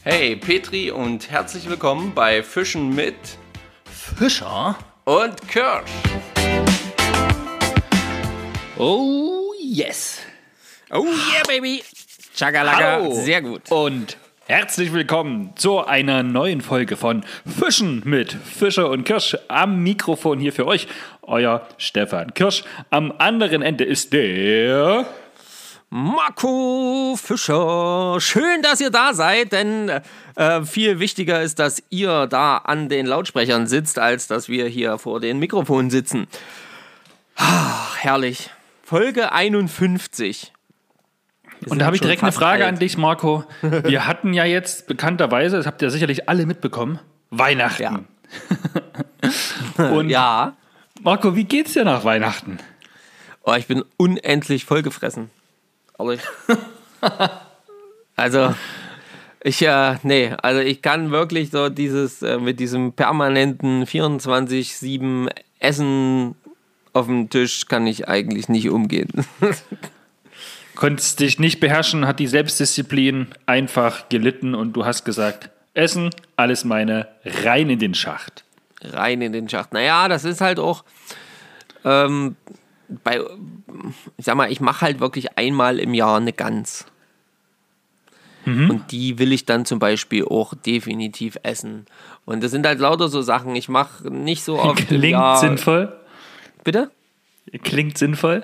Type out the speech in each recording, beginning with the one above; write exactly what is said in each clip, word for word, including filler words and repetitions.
Hey Petri und herzlich willkommen bei Fischen mit Fischer und Kirsch. Oh yes. Oh yeah, baby. Chagalaka. Hallo. Sehr gut. Und herzlich willkommen zu einer neuen Folge von Fischen mit Fischer und Kirsch. Am Mikrofon hier für euch, euer Stefan Kirsch. Am anderen Ende ist der Marco Fischer. Schön, dass ihr da seid, denn äh, viel wichtiger ist, dass ihr da an den Lautsprechern sitzt, als dass wir hier vor den Mikrofonen sitzen. Ach, herrlich. Folge einundfünfzig. Wir Und da habe ich direkt eine Frage alt. an dich, Marco. Wir hatten ja jetzt bekannterweise, das habt ihr sicherlich alle mitbekommen, Weihnachten. Ja. Und ja. Marco, wie geht's dir nach Weihnachten? Oh, ich bin unendlich vollgefressen. Ehrlich. Also, ich, äh, nee, also ich kann wirklich so dieses, äh, mit diesem permanenten vierundzwanzig sieben Essen auf dem Tisch kann ich eigentlich nicht umgehen. Konntest dich nicht beherrschen, hat die Selbstdisziplin einfach gelitten und du hast gesagt, Essen, alles meine, rein in den Schacht. Rein in den Schacht. Naja, das ist halt auch, ähm, bei, ich sag mal, ich mache halt wirklich einmal im Jahr eine Gans. Mhm. Und die will ich dann zum Beispiel auch definitiv essen. Und das sind halt lauter so Sachen, ich mache nicht so oft Klingt im Jahr. sinnvoll. Bitte? Klingt sinnvoll.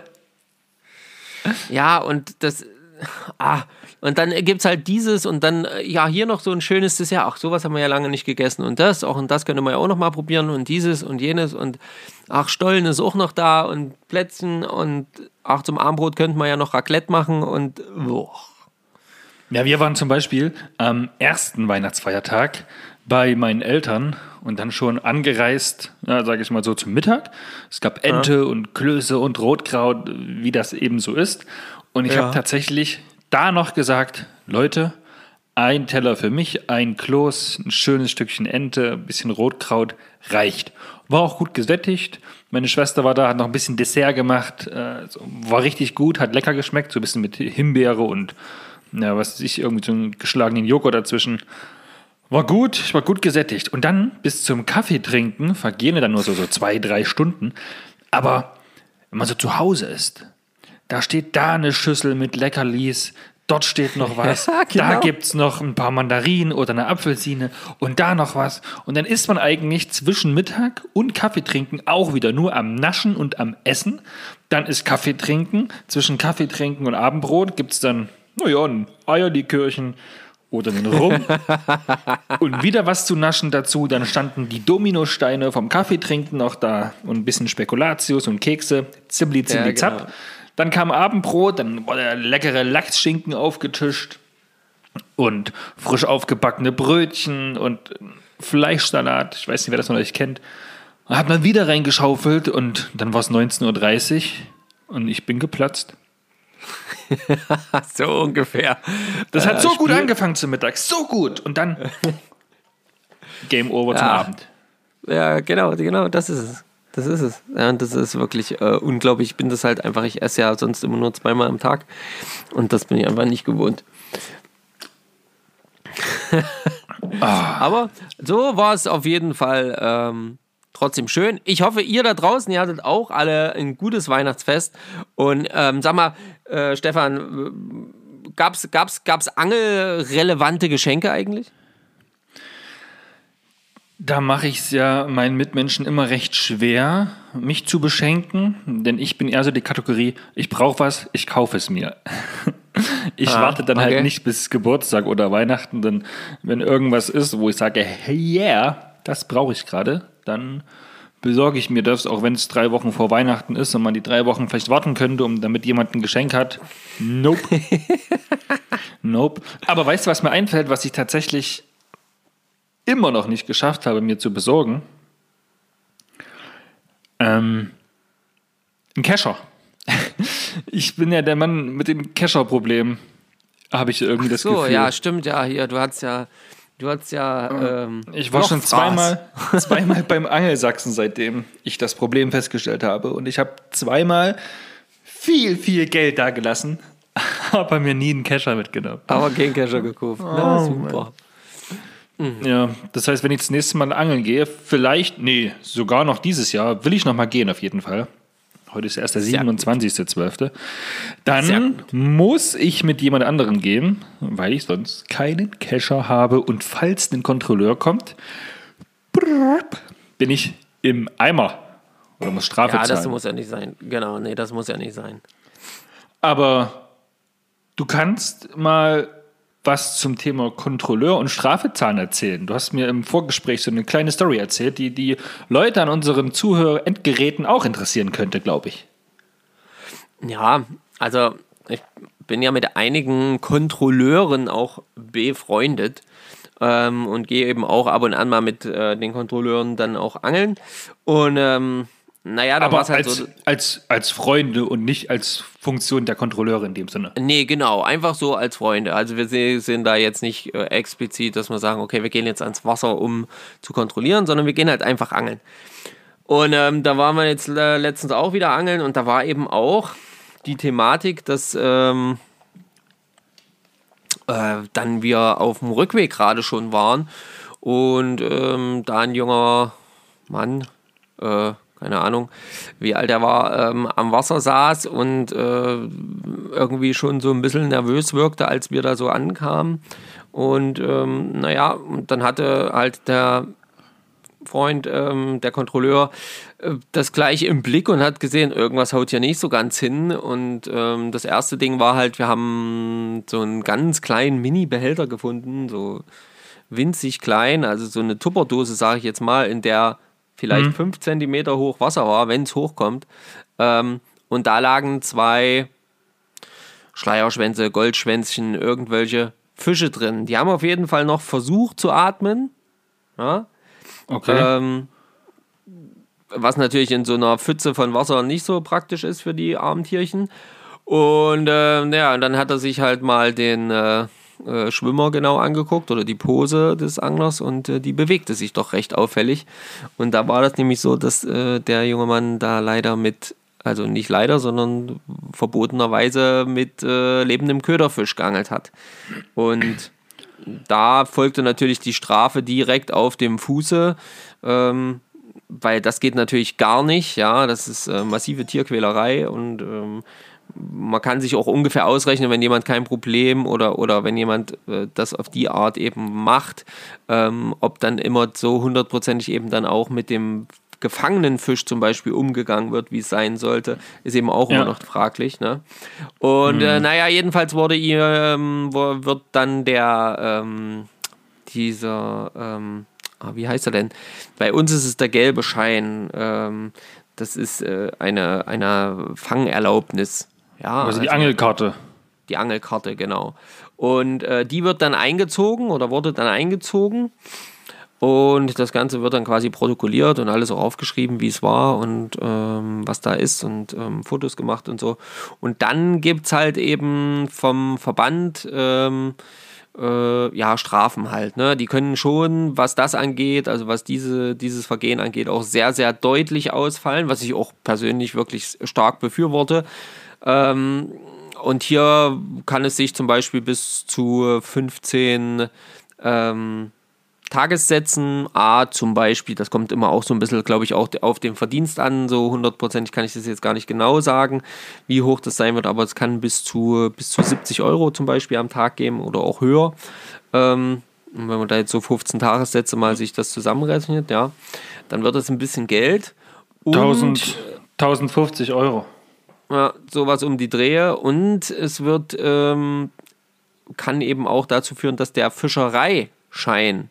Ja, und das, ah, und dann gibt's halt dieses und dann, ja, hier noch so ein schönes Dessert. Ach, sowas haben wir ja lange nicht gegessen und das, auch und das können wir ja auch noch mal probieren und dieses und jenes und ach, Stollen ist auch noch da und Plätzchen und ach, zum Abendbrot könnten wir ja noch Raclette machen und, boah. Ja, wir waren zum Beispiel am ersten Weihnachtsfeiertag bei meinen Eltern und dann schon angereist, ja, sage ich mal so, zum Mittag. Es gab Ente ja. und Klöße und Rotkraut, wie das eben so ist. Und ich ja. habe tatsächlich da noch gesagt, Leute, ein Teller für mich, ein Kloß, ein schönes Stückchen Ente, ein bisschen Rotkraut, reicht. War auch gut gesättigt. Meine Schwester war da, hat noch ein bisschen Dessert gemacht, äh, war richtig gut, hat lecker geschmeckt, so ein bisschen mit Himbeere und ja, was weiß ich, irgendwie so einen geschlagenen Joghurt dazwischen. War gut, ich war gut gesättigt. Und dann bis zum Kaffee trinken vergehen dann nur so, so zwei, drei Stunden. Aber wenn man so zu Hause ist, da steht da eine Schüssel mit Leckerlis, dort steht noch was, ja, genau. Da gibt es noch ein paar Mandarinen oder eine Apfelsine und da noch was. Und dann ist man eigentlich zwischen Mittag und Kaffee trinken auch wieder nur am Naschen und am Essen. Dann ist Kaffee trinken. Zwischen Kaffee trinken und Abendbrot gibt es dann, naja, ein Eierlikörchen oder einen Rum und wieder was zu naschen dazu. Dann standen die Dominosteine vom Kaffeetrinken noch da und ein bisschen Spekulatius und Kekse, zibbli, zibbli, ja, zapp. Genau. Dann kam Abendbrot, dann wurde der leckere Lachsschinken aufgetischt und frisch aufgebackene Brötchen und Fleischsalat. Ich weiß nicht, wer das von euch kennt. Da hat man wieder reingeschaufelt und dann war es neunzehn Uhr dreißig und ich bin geplatzt. So ungefähr. Das hat äh, so gut Spiel. angefangen zum Mittag, so gut. Und dann Game Over ja. zum Abend. Ja, genau, genau, das ist es. Das ist es. Ja, und das ist wirklich äh, unglaublich. Ich bin das halt einfach, ich esse ja sonst immer nur zweimal am Tag. Und das bin ich einfach nicht gewohnt. ah. Aber so war es auf jeden Fall ähm, trotzdem schön. Ich hoffe, ihr da draußen, ihr hattet auch alle ein gutes Weihnachtsfest. Und ähm, sag mal, äh, Stefan, gab's, gab's, gab's angelrelevante Geschenke eigentlich? Da mache ich es ja meinen Mitmenschen immer recht schwer, mich zu beschenken, denn ich bin eher so die Kategorie, ich brauche was, ich kaufe es mir. Ich ah, warte dann okay. halt nicht bis Geburtstag oder Weihnachten, denn wenn irgendwas ist, wo ich sage, hey, yeah, das brauche ich gerade, dann besorge ich mir das, auch wenn es drei Wochen vor Weihnachten ist und man die drei Wochen vielleicht warten könnte, um damit jemand ein Geschenk hat. Nope. Nope. Aber weißt du, was mir einfällt, was ich tatsächlich immer noch nicht geschafft habe, mir zu besorgen? Ähm, ein Kescher. Ich bin ja der Mann mit dem Kescher-Problem, habe ich irgendwie das Gefühl. Ach so, ja, stimmt, ja, hier, du hattest ja, du hattest ja, ähm, ich war schon zweimal, zweimal beim Angelsachsen, seitdem ich das Problem festgestellt habe. Und ich habe zweimal viel, viel Geld dagelassen, aber mir nie einen Kescher mitgenommen. Aber keinen Kescher gekauft. Oh, na, super. Mhm. Ja, das heißt, wenn ich das nächste Mal angeln gehe, vielleicht, nee, sogar noch dieses Jahr, will ich noch mal gehen auf jeden Fall. Heute ist erst der siebenundzwanzigster zwölfte Dann muss ich mit jemand anderem gehen, weil ich sonst keinen Kescher habe. Und falls ein Kontrolleur kommt, bin ich im Eimer oder muss Strafe ja, zahlen. Ja, das muss ja nicht sein. Genau, nee, das muss ja nicht sein. Aber du kannst mal was zum Thema Kontrolleur und Strafe zahlen erzählen. Du hast mir im Vorgespräch so eine kleine Story erzählt, die die Leute an unseren Zuhörerendgeräten auch interessieren könnte, glaube ich. Ja, also ich bin ja mit einigen Kontrolleuren auch befreundet ähm, und gehe eben auch ab und an mal mit äh, den Kontrolleuren dann auch angeln. Und ähm, naja, da war es halt als, so. Als, als Freunde und nicht als Funktion der Kontrolleure in dem Sinne. Nee, genau, einfach so als Freunde. Also wir sind da jetzt nicht äh, explizit, dass wir sagen, okay, wir gehen jetzt ans Wasser, um zu kontrollieren, sondern wir gehen halt einfach angeln. Und ähm, da waren wir jetzt äh, letztens auch wieder angeln und da war eben auch die Thematik, dass ähm, äh, dann wir auf dem Rückweg gerade schon waren und ähm, da ein junger Mann, äh, keine Ahnung, wie alt er war, ähm, am Wasser saß und äh, irgendwie schon so ein bisschen nervös wirkte, als wir da so ankamen. Und ähm, naja, und dann hatte halt der Freund, ähm, der Kontrolleur, äh, das gleich im Blick und hat gesehen, irgendwas haut hier nicht so ganz hin. Und ähm, das erste Ding war halt, wir haben so einen ganz kleinen Mini-Behälter gefunden, so winzig klein, also so eine Tupperdose, sage ich jetzt mal, in der vielleicht mhm. fünf Zentimeter hoch Wasser war, wenn es hochkommt. Ähm, und da lagen zwei Schleierschwänze, Goldschwänzchen, irgendwelche Fische drin. Die haben auf jeden Fall noch versucht zu atmen. Ja? Okay. Ähm, was natürlich in so einer Pfütze von Wasser nicht so praktisch ist für die armen Tierchen. Und äh, ja, und dann hat er sich halt mal den äh, äh, Schwimmer genau angeguckt oder die Pose des Anglers und äh, die bewegte sich doch recht auffällig. Und da war das nämlich so, dass äh, der junge Mann da leider mit, also nicht leider, sondern verbotenerweise mit äh, lebendem Köderfisch geangelt hat. Und da folgte natürlich die Strafe direkt auf dem Fuße, ähm, weil das geht natürlich gar nicht, ja, das ist äh, massive Tierquälerei und ähm, man kann sich auch ungefähr ausrechnen, wenn jemand kein Problem oder, oder wenn jemand äh, das auf die Art eben macht, ähm, ob dann immer so hundertprozentig eben dann auch mit dem gefangenen Fisch zum Beispiel umgegangen wird, wie es sein sollte, ist eben auch ja. immer noch fraglich. Ne? Und mhm. äh, naja, jedenfalls wurde ihr, ähm, wird dann der, ähm, dieser, ähm, ah, wie heißt er denn? Bei uns ist es der gelbe Schein. Ähm, das ist äh, eine, eine Fangerlaubnis. Ja, also die also, Angelkarte. Die Angelkarte, genau. Und äh, die wird dann eingezogen oder wurde dann eingezogen. Und das Ganze wird dann quasi protokolliert und alles auch aufgeschrieben, wie es war und ähm, was da ist und ähm, Fotos gemacht und so. Und dann gibt es halt eben vom Verband ähm, äh, ja, Strafen halt. Ne? Die können schon, was das angeht, also was diese, dieses Vergehen angeht, auch sehr, sehr deutlich ausfallen, was ich auch persönlich wirklich stark befürworte. Ähm, und hier kann es sich zum Beispiel bis zu fünfzehn ähm, Tagessätzen, A zum Beispiel, das kommt immer auch so ein bisschen, glaube ich, auch auf den Verdienst an, so hundertprozentig kann ich das jetzt gar nicht genau sagen, wie hoch das sein wird, aber es kann bis zu, bis zu siebzig Euro zum Beispiel am Tag geben oder auch höher. Ähm, und wenn man da jetzt so fünfzehn Tagessätze mal sich das zusammenrechnet, ja, dann wird das ein bisschen Geld. Und, tausend, tausendfünfzig Euro. Ja, sowas um die Drehe und es wird, ähm, kann eben auch dazu führen, dass der Fischereischein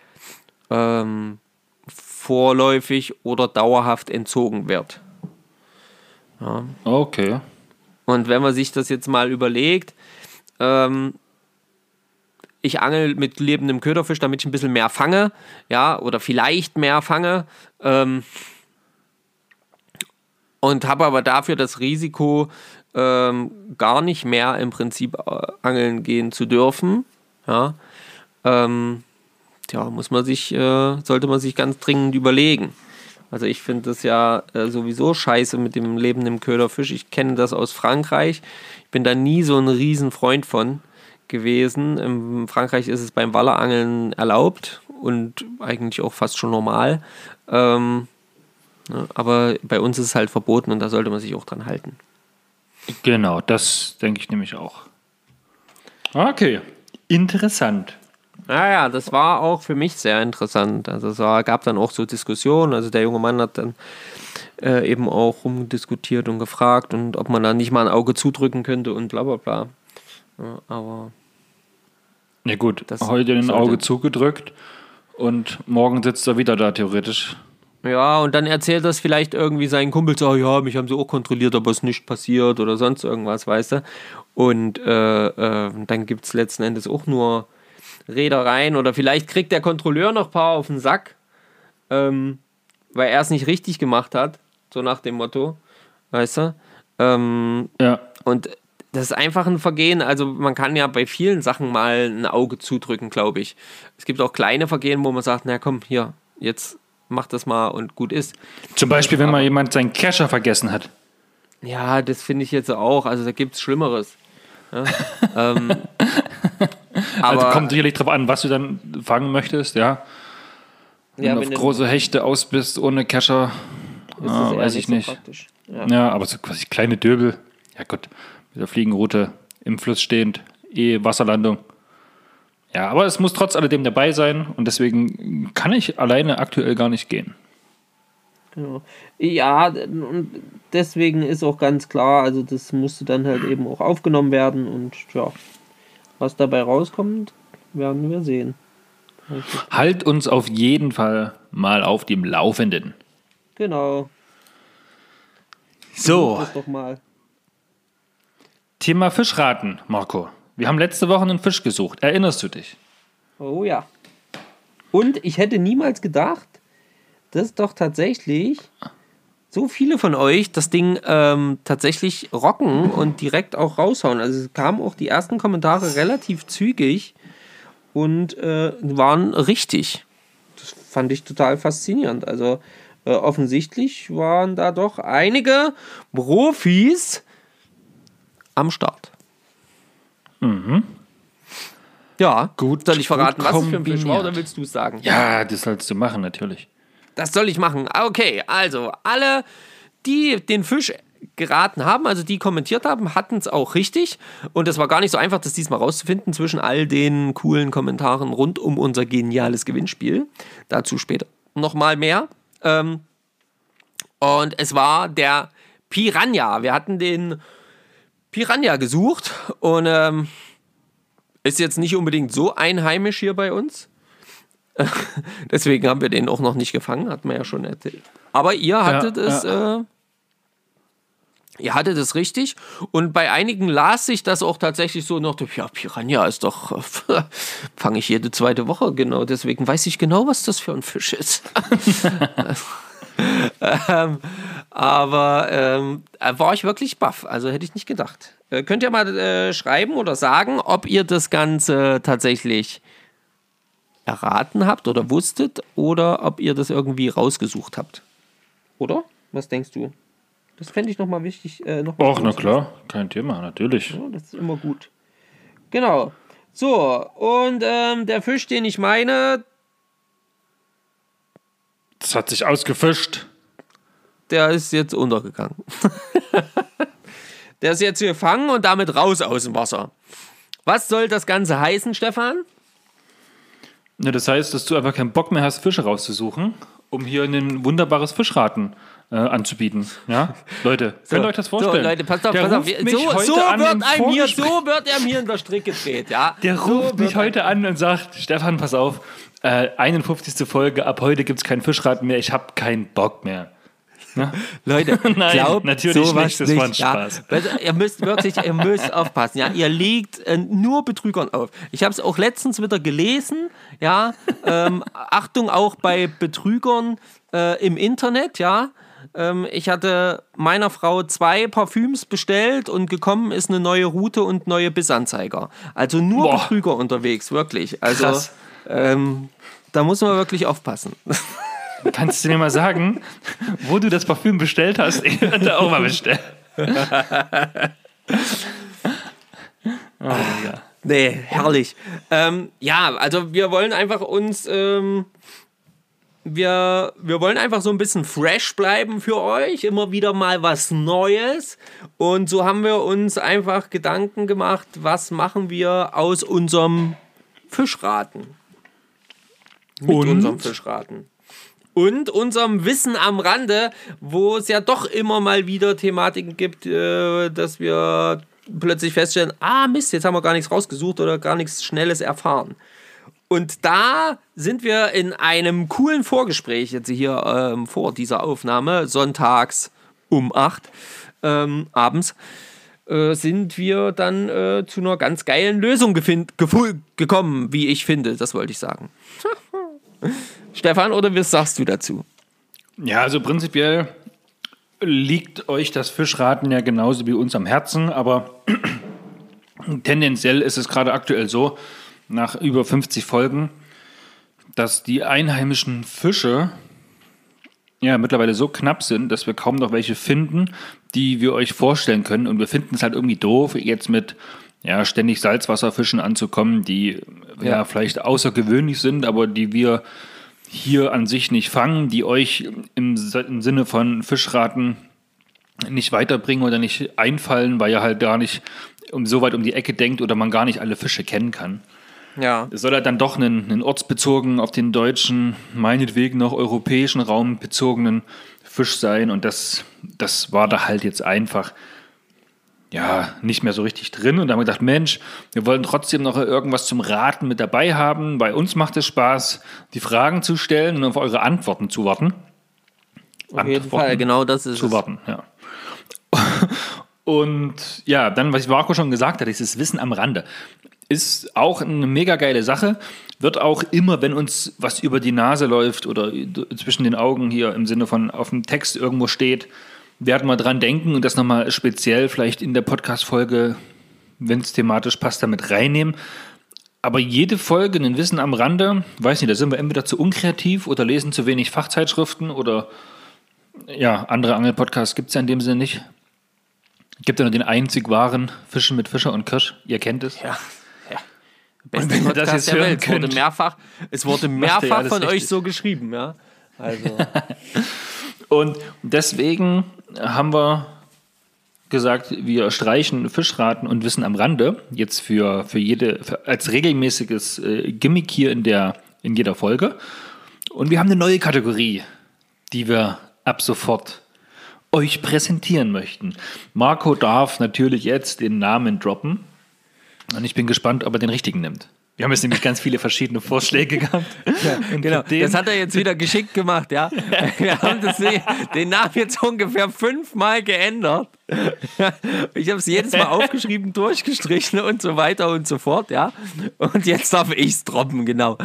Ähm, vorläufig oder dauerhaft entzogen wird. Ja. Okay. Und wenn man sich das jetzt mal überlegt, ähm, ich angel mit lebendem Köderfisch, damit ich ein bisschen mehr fange, ja, oder vielleicht mehr fange, ähm, und habe aber dafür das Risiko, ähm, gar nicht mehr im Prinzip äh, angeln gehen zu dürfen, ja, ähm, Tja, muss man sich, äh, sollte man sich ganz dringend überlegen. Also ich finde das ja äh, sowieso scheiße mit dem lebenden Köderfisch. Ich kenne das aus Frankreich. Ich bin da nie so ein riesen Freund von gewesen. In Frankreich ist es beim Wallerangeln erlaubt. und eigentlich auch fast schon normal. Ähm, ne, aber bei uns ist es halt verboten und da sollte man sich auch dran halten. Genau, das denke ich nämlich auch. Okay, interessant. Naja, das war auch für mich sehr interessant. Also es war, gab dann auch so Diskussionen. Also der junge Mann hat dann äh, eben auch rumdiskutiert und gefragt und ob man da nicht mal ein Auge zudrücken könnte und bla bla bla. Ja, aber Ja gut, das heute ein sollte- Auge zugedrückt und morgen sitzt er wieder da theoretisch. Ja, und dann erzählt das vielleicht irgendwie seinen Kumpels, oh ja, mich haben sie auch kontrolliert, aber es ist nicht passiert oder sonst irgendwas, weißt du. Und äh, äh, dann gibt es letzten Endes auch nur Reedereien oder vielleicht kriegt der Kontrolleur noch ein paar auf den Sack, ähm, weil er es nicht richtig gemacht hat, so nach dem Motto, weißt du. Ähm, Ja. und das ist einfach ein Vergehen, also man kann ja bei vielen Sachen mal ein Auge zudrücken, glaube ich. Es gibt auch kleine Vergehen, wo man sagt, na komm, hier, jetzt mach das mal und gut ist. Zum Beispiel, wenn mal jemand seinen Kescher vergessen hat. Ja, das finde ich jetzt auch, also da gibt es Schlimmeres. Ja? ähm, Also aber kommt sicherlich drauf an, was du dann fangen möchtest, ja. Wenn ja, du wenn auf du- große Hechte aus bist ohne Kescher, ist ah, das eher weiß ich so nicht. praktisch. Ja. Ja, aber so quasi kleine Döbel, ja gut, mit der Fliegenroute im Fluss stehend, eh Wasserlandung. Ja, aber es muss trotz alledem dabei sein und deswegen kann ich alleine aktuell gar nicht gehen. Genau. Ja, und deswegen ist auch ganz klar, also das musste dann halt eben auch aufgenommen werden und ja, was dabei rauskommt, werden wir sehen. Halt uns auf jeden Fall mal auf dem Laufenden. Genau. So, Das doch mal. Thema Fischraten, Marco. Wir haben letzte Woche einen Fisch gesucht. Erinnerst du dich? Oh ja. Und ich hätte niemals gedacht, dass doch tatsächlich so viele von euch das Ding ähm, tatsächlich rocken und direkt auch raushauen. Also es kamen auch die ersten Kommentare relativ zügig und äh, waren richtig. Das fand ich total faszinierend. Also äh, offensichtlich waren da doch einige Profis am Start. Mhm. Ja, Gut, soll ich verraten, gut was es für ein Fisch war, kombiniert. oder willst du es sagen? Ja, das sollst du machen, natürlich. Das soll ich machen. Okay, also alle, die den Fisch geraten haben, also die kommentiert haben, hatten es auch richtig. Und es war gar nicht so einfach, das diesmal rauszufinden zwischen all den coolen Kommentaren rund um unser geniales Gewinnspiel. Dazu später nochmal mehr. Ähm, und es war der Piranha. Wir hatten den Piranha gesucht und ähm, ist jetzt nicht unbedingt so einheimisch hier bei uns. Deswegen haben wir den auch noch nicht gefangen, hat man ja schon erzählt. Aber ihr hattet Ja, es, ja. Äh, ihr hattet es richtig. Und bei einigen las sich das auch tatsächlich so noch, ja, Piranha ist doch, äh, fange ich jede zweite Woche, genau. Deswegen weiß ich genau, was das für ein Fisch ist. ähm, aber ähm, war ich wirklich baff, also hätte ich nicht gedacht. Äh, könnt ihr mal äh, schreiben oder sagen, ob ihr das Ganze tatsächlich erraten habt oder wusstet oder ob ihr das irgendwie rausgesucht habt. Oder? Was denkst du? Das fände ich nochmal wichtig. Äh, noch mal Och, na kurz. klar, kein Thema, natürlich. Ja, das ist immer gut. Genau. So, und ähm, der Fisch, den ich meine, Das hat sich ausgefischt. der ist jetzt untergegangen. Der ist jetzt gefangen und damit raus aus dem Wasser. Was soll das Ganze heißen, Stefan? Ja, das heißt, dass du einfach keinen Bock mehr hast, Fische rauszusuchen, um hier ein wunderbares Fischraten äh, anzubieten. Ja, Leute, könnt ihr euch das vorstellen? So, Leute, passt auf, Der pass auf. ruft mich So, heute so, an wird im einem hier, Vorgespräch- so wird einem hier in der Strick gedreht, ja. Der so ruft mich wird heute an und sagt, Stefan, pass auf, äh, einundfünfzigste Folge, ab heute gibt es keinen Fischraten mehr, ich habe keinen Bock mehr. Leute, Nein, glaubt natürlich sowas nicht, das war ein ja. Spaß. Also, ihr müsst wirklich, ihr müsst aufpassen, ja. Ihr liegt äh, nur Betrügern auf. Ich habe es auch letztens wieder gelesen, ja. Ähm, Achtung auch bei Betrügern äh, im Internet, ja. Ähm, ich hatte meiner Frau zwei Parfüms bestellt und gekommen ist eine neue Route und neue Bissanzeiger. Also nur Boah. Betrüger unterwegs, wirklich. Also Krass. ähm, da muss man wirklich aufpassen. Kannst du mir mal sagen, wo du das Parfüm bestellt hast? Ich würde auch mal bestellen. Oh, ja. Nee, herrlich. Ähm, ja, also wir wollen einfach uns, ähm, wir, wir wollen einfach so ein bisschen fresh bleiben für euch, immer wieder mal was Neues. Und so haben wir uns einfach Gedanken gemacht, was machen wir aus unserem Fischraten. Mit Und? unserem Fischraten. Und unserem Wissen am Rande, wo es ja doch immer mal wieder Thematiken gibt, äh, dass wir plötzlich feststellen, ah Mist, jetzt haben wir gar nichts rausgesucht oder gar nichts Schnelles erfahren. Und da sind wir in einem coolen Vorgespräch jetzt hier ähm, vor dieser Aufnahme, sonntags um acht ähm, abends, äh, sind wir dann äh, zu einer ganz geilen Lösung gefind, gefu- gekommen, wie ich finde, das wollte ich sagen. Stefan, oder was sagst du dazu? Ja, also prinzipiell liegt euch das Fischraten ja genauso wie uns am Herzen, aber tendenziell ist es gerade aktuell so, nach über fünfzig Folgen, dass die einheimischen Fische ja mittlerweile so knapp sind, dass wir kaum noch welche finden, die wir euch vorstellen können. Und wir finden es halt irgendwie doof, jetzt mit ja, ständig Salzwasserfischen anzukommen, die ja. ja vielleicht außergewöhnlich sind, aber die wir hier an sich nicht fangen, die euch im, im Sinne von Fischraten nicht weiterbringen oder nicht einfallen, weil ihr halt gar nicht um, so weit um die Ecke denkt oder man gar nicht alle Fische kennen kann. Ja. Es soll halt dann doch einen, einen ortsbezogen auf den deutschen, meinetwegen noch europäischen Raum bezogenen Fisch sein und das, das war da halt jetzt einfach ja, nicht mehr so richtig drin. Und da haben wir gedacht, Mensch, wir wollen trotzdem noch irgendwas zum Raten mit dabei haben. Bei uns macht es Spaß, die Fragen zu stellen und auf eure Antworten zu warten. Auf jeden Fall, genau das ist zu es. warten, ja. Und ja, dann, was Marco schon gesagt hat, dieses Wissen am Rande, ist auch eine mega geile Sache. Wird auch immer, wenn uns was über die Nase läuft oder zwischen den Augen hier im Sinne von auf dem Text irgendwo steht, werden wir dran denken und das nochmal speziell vielleicht in der Podcast-Folge, wenn es thematisch passt, damit reinnehmen. Aber jede Folge, ein Wissen am Rande, weiß nicht, da sind wir entweder zu unkreativ oder lesen zu wenig Fachzeitschriften oder ja, andere Angel-Podcasts gibt es ja in dem Sinne nicht. Gibt ja nur den einzig wahren Fischen mit Fischer und Kirsch. Ihr kennt es. Ja, ja. Beste Podcast das jetzt der Welt. Es wurde mehrfach, es wurde mehrfach von richtig. euch so geschrieben, ja. Also. Und deswegen haben wir gesagt, wir streichen Fischraten und Wissen am Rande jetzt für, für jede, für, als regelmäßiges äh, Gimmick hier in, der, in jeder Folge. Und wir haben eine neue Kategorie, die wir ab sofort euch präsentieren möchten. Marco darf natürlich jetzt den Namen droppen und ich bin gespannt, ob er den richtigen nimmt. Wir haben jetzt nämlich ganz viele verschiedene Vorschläge gehabt. Ja, genau, das hat er jetzt wieder geschickt gemacht, ja. Wir haben das, den Namen jetzt ungefähr fünfmal geändert. Ich habe es jedes Mal aufgeschrieben, durchgestrichen und so weiter und so fort, ja. Und jetzt darf ich es droppen, genau.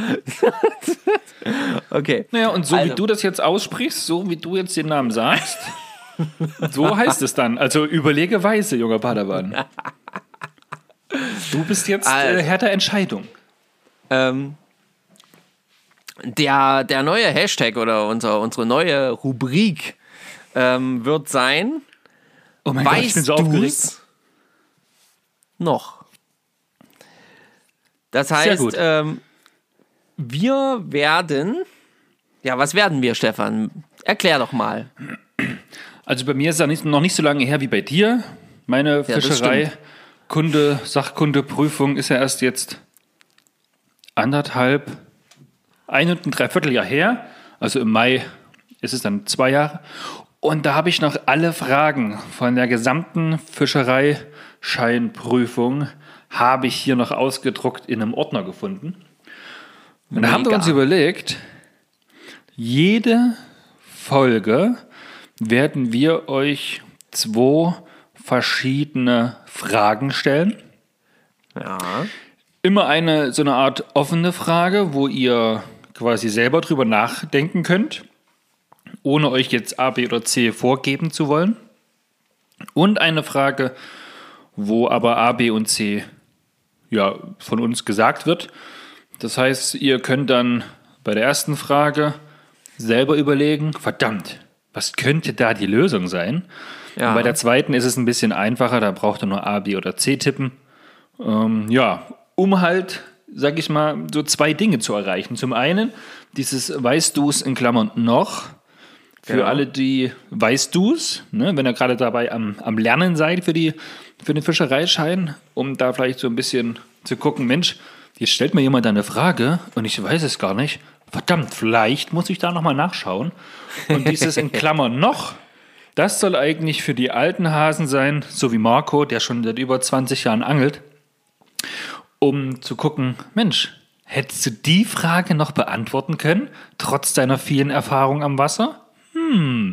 Okay. Naja, und so also. wie du das jetzt aussprichst, so wie du jetzt den Namen sagst, so heißt es dann. Also überlege weise, junger Padawan. Du bist jetzt also. äh, Herr der Entscheidung. Ähm, der, der neue Hashtag oder unser, unsere neue Rubrik ähm, wird sein, oh mein weißt Gott, ich bin so aufgeregt. Noch. Das heißt, ähm, wir werden, ja, was werden wir, Stefan? Erklär doch mal. Also bei mir ist es nicht, noch nicht so lange her wie bei dir. Meine ja, Fischerei, Kunde, Sachkundeprüfung ist ja erst jetzt anderthalb, ein und ein Dreivierteljahr her. Also im Mai ist es dann zwei Jahre. Und da habe ich noch alle Fragen von der gesamten Fischereischeinprüfung habe ich hier noch ausgedruckt in einem Ordner gefunden. Und da haben wir uns überlegt, jede Folge werden wir euch zwei verschiedene Fragen stellen. Ja. Immer eine so eine Art offene Frage, wo ihr quasi selber drüber nachdenken könnt, ohne euch jetzt A, B oder C vorgeben zu wollen. Und eine Frage, wo aber A, B und C ja, von uns gesagt wird. Das heißt, ihr könnt dann bei der ersten Frage selber überlegen, verdammt, was könnte da die Lösung sein? Ja. Und bei der zweiten ist es ein bisschen einfacher, da braucht ihr nur A, B oder C tippen. Ähm, ja, um halt, sag ich mal, so zwei Dinge zu erreichen. Zum einen dieses weißt du's in Klammern noch, für Ja. alle, die weißt du's, ne, wenn ihr gerade dabei am, am Lernen seid für, die, für den Fischereischein, um da vielleicht so ein bisschen zu gucken, Mensch, jetzt stellt mir jemand eine Frage und ich weiß es gar nicht. Verdammt, vielleicht muss ich da nochmal nachschauen. Und dieses in Klammern noch, das soll eigentlich für die alten Hasen sein, so wie Marco, der schon seit über zwanzig Jahren angelt, um zu gucken, Mensch, hättest du die Frage noch beantworten können, trotz deiner vielen Erfahrung am Wasser? Hm.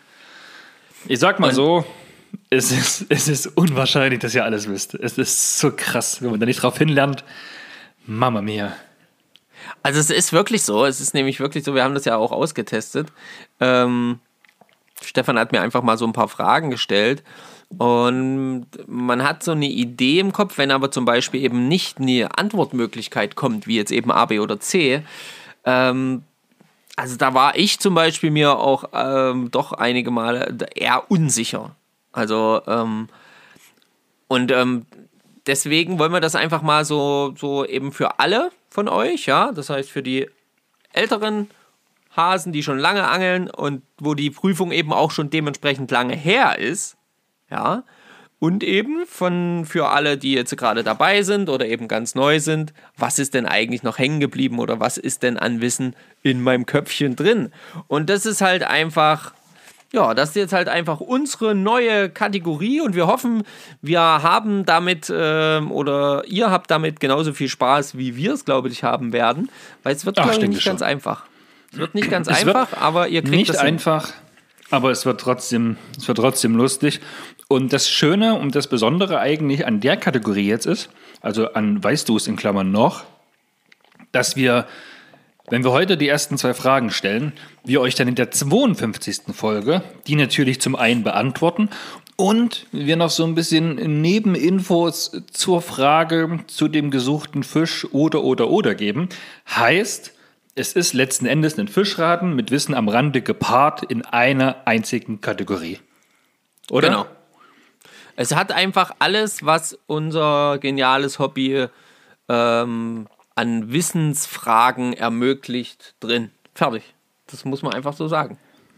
Ich sag mal Und so, es ist, es ist unwahrscheinlich, dass ihr alles wisst. Es ist so krass, wenn man da nicht drauf hinlernt. Mama mia. Also es ist wirklich so, es ist nämlich wirklich so, wir haben das ja auch ausgetestet. Ähm, Stefan hat mir einfach mal so ein paar Fragen gestellt und man hat so eine Idee im Kopf, wenn aber zum Beispiel eben nicht eine Antwortmöglichkeit kommt, wie jetzt eben A, B oder C. Ähm, also da war ich zum Beispiel mir auch ähm, doch einige Male eher unsicher. Also ähm, und ähm, deswegen wollen wir das einfach mal so, so eben für alle von euch, ja, das heißt für die älteren Hasen, die schon lange angeln und wo die Prüfung eben auch schon dementsprechend lange her ist, ja, und eben von für alle, die jetzt gerade dabei sind oder eben ganz neu sind, was ist denn eigentlich noch hängen geblieben oder was ist denn an Wissen in meinem Köpfchen drin? Und das ist halt einfach, ja, das ist jetzt halt einfach unsere neue Kategorie und wir hoffen, wir haben damit äh, oder ihr habt damit genauso viel Spaß, wie wir es, glaube ich, haben werden, weil es wird, Ach, glaube ich ich, denke nicht schon. ganz einfach. Es wird nicht ganz Es einfach, wird aber ihr kriegt Nicht das hin. einfach, aber es wird trotzdem, es wird trotzdem lustig. Und das Schöne und das Besondere eigentlich an der Kategorie jetzt ist, also an weißt du es in Klammern noch, dass wir, wenn wir heute die ersten zwei Fragen stellen, wir euch dann in der zweiundfünfzigsten Folge die natürlich zum einen beantworten und wir noch so ein bisschen Nebeninfos zur Frage zu dem gesuchten Fisch oder oder oder geben. Heißt, es ist letzten Endes ein Fischraten mit Wissen am Rande gepaart in einer einzigen Kategorie. Oder? Genau. Es hat einfach alles, was unser geniales Hobby ähm, an Wissensfragen ermöglicht, drin. Fertig. Das muss man einfach so sagen.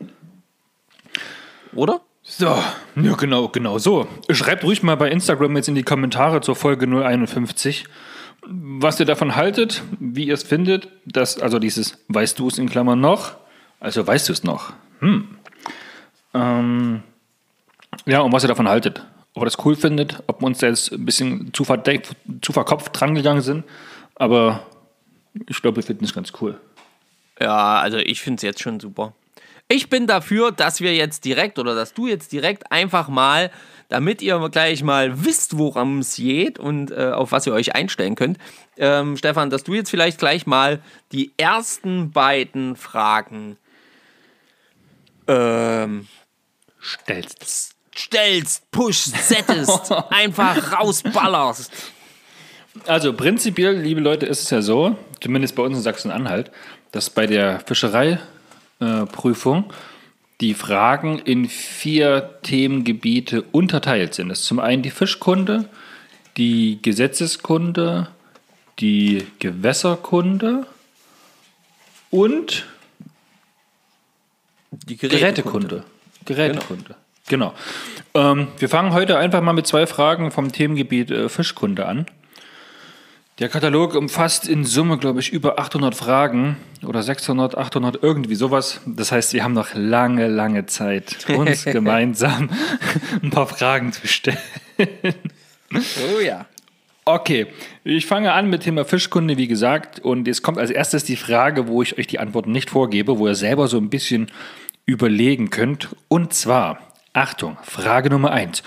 Oder? So, ja genau, genau so. Schreibt ruhig mal bei Instagram jetzt in die Kommentare zur Folge null einundfünfzig, was ihr davon haltet, wie ihr es findet, dass, also dieses weißt du es in Klammern noch, also weißt du es noch. Hm. Ähm, ja, und was ihr davon haltet. Ob ihr das cool findet, ob wir uns da jetzt ein bisschen zu, verdeckt, zu verkopft drangegangen sind, aber ich glaube, wir finden es ganz cool. Ja, also ich finde es jetzt schon super. Ich bin dafür, dass wir jetzt direkt oder dass du jetzt direkt einfach mal, damit ihr gleich mal wisst, worum es geht und äh, auf was ihr euch einstellen könnt, ähm, Stefan, dass du jetzt vielleicht gleich mal die ersten beiden Fragen ähm, Stellst. stellst, pushst, settest, einfach rausballerst. Also prinzipiell, liebe Leute, ist es ja so, zumindest bei uns in Sachsen-Anhalt, dass bei der Fischereiprüfung die Fragen in vier Themengebiete unterteilt sind. Das ist zum einen die Fischkunde, die Gesetzeskunde, die Gewässerkunde und Die Gerätekunde. Gerätekunde. Genau. Ähm, wir fangen heute einfach mal mit zwei Fragen vom Themengebiet äh, Fischkunde an. Der Katalog umfasst in Summe, glaube ich, über achthundert Fragen oder sechshundert, achthundert, irgendwie sowas. Das heißt, wir haben noch lange, lange Zeit, uns gemeinsam ein paar Fragen zu stellen. Oh ja. Okay, ich fange an mit Thema Fischkunde, wie gesagt. Und jetzt kommt als erstes die Frage, wo ich euch die Antworten nicht vorgebe, wo ihr selber so ein bisschen überlegen könnt. Und zwar, Achtung, Frage Nummer eins.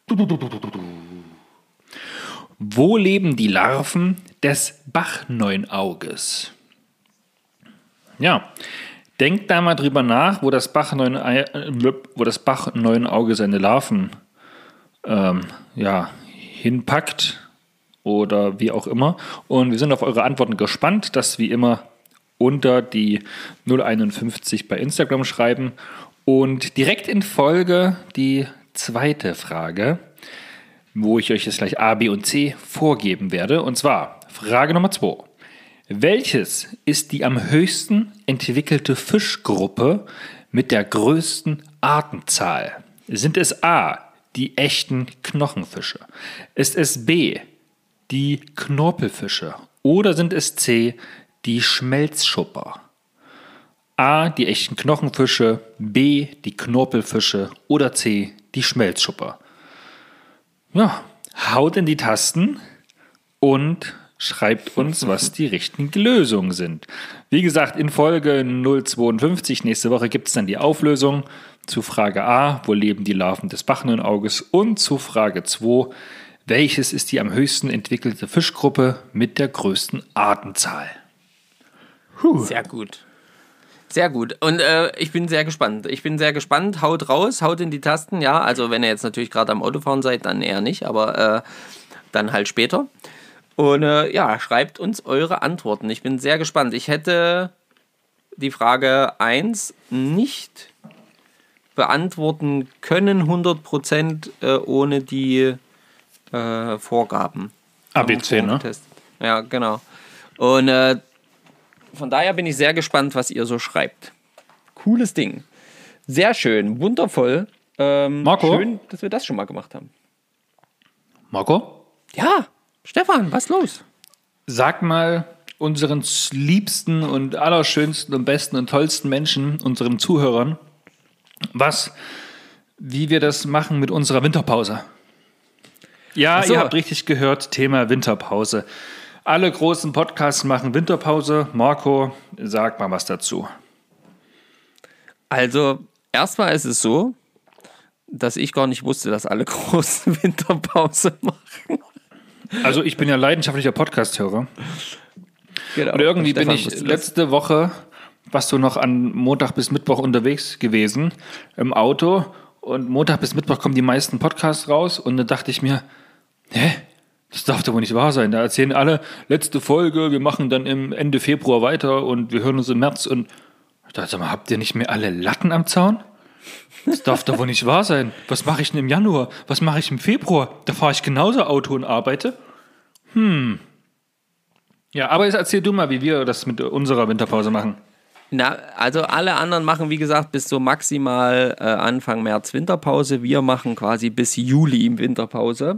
Wo leben die Larven des Bachneunauges? Ja, denkt da mal drüber nach, wo das Bachneunei- äh, wo das Bachneunauge seine Larven ähm, ja, hinpackt oder wie auch immer. Und wir sind auf eure Antworten gespannt, das wie immer unter die null einundfünfzig bei Instagram schreiben. Und direkt in Folge die zweite Frage, wo ich euch jetzt gleich A, B und C vorgeben werde. Und zwar Frage Nummer zwei. Welches ist die am höchsten entwickelte Fischgruppe mit der größten Artenzahl? Sind es A, die echten Knochenfische? Ist es B, die Knorpelfische? Oder sind es C, die Schmelzschupper? A, die echten Knochenfische, B, die Knorpelfische oder C, die Schmelzschupper. Ja, haut in die Tasten und schreibt uns, was die richtigen Lösungen sind. Wie gesagt, in Folge null zweiundfünfzig, nächste Woche, gibt es dann die Auflösung zu Frage A, wo leben die Larven des Bachnenauges, und zu Frage zwei, welches ist die am höchsten entwickelte Fischgruppe mit der größten Artenzahl? Puh. Sehr gut. Sehr gut. Und äh, ich bin sehr gespannt. Ich bin sehr gespannt. Haut raus, haut in die Tasten. Ja, also wenn ihr jetzt natürlich gerade am Autofahren seid, dann eher nicht, aber äh, dann halt später. Und äh, ja, schreibt uns eure Antworten. Ich bin sehr gespannt. Ich hätte die Frage eins nicht beantworten können, hundert Prozent äh, ohne die äh, Vorgaben. A B C, ne? Ja, genau. Und äh, von daher bin ich sehr gespannt, was ihr so schreibt. Cooles Ding. Sehr schön, wundervoll. Ähm, Marco? Schön, dass wir das schon mal gemacht haben. Marco? Ja, Stefan, was los? Sag mal unseren liebsten und allerschönsten und besten und tollsten Menschen, unseren Zuhörern, was, wie wir das machen mit unserer Winterpause. Ja, so. Ihr habt richtig gehört, Thema Winterpause. Alle großen Podcasts machen Winterpause. Marco, sag mal was dazu. Also, erstmal ist es so, dass ich gar nicht wusste, dass alle großen Winterpause machen. Also, ich bin ja leidenschaftlicher Podcast-Hörer. Genau. Und irgendwie bin ich letzte Woche, warst du noch an Montag bis Mittwoch unterwegs gewesen im Auto. Und Montag bis Mittwoch kommen die meisten Podcasts raus. Und dann dachte ich mir, hä? Das darf doch wohl nicht wahr sein. Da erzählen alle, letzte Folge, wir machen dann im Ende Februar weiter und wir hören uns im März. Und ich dachte mal, habt ihr nicht mehr alle Latten am Zaun? Das darf doch wohl nicht wahr sein. Was mache ich denn im Januar? Was mache ich im Februar? Da fahre ich genauso Auto und arbeite. Hm. Ja, aber jetzt erzähl du mal, wie wir das mit unserer Winterpause machen. Na, also alle anderen machen, wie gesagt, bis so maximal äh, Anfang März Winterpause. Wir machen quasi bis Juli im Winterpause.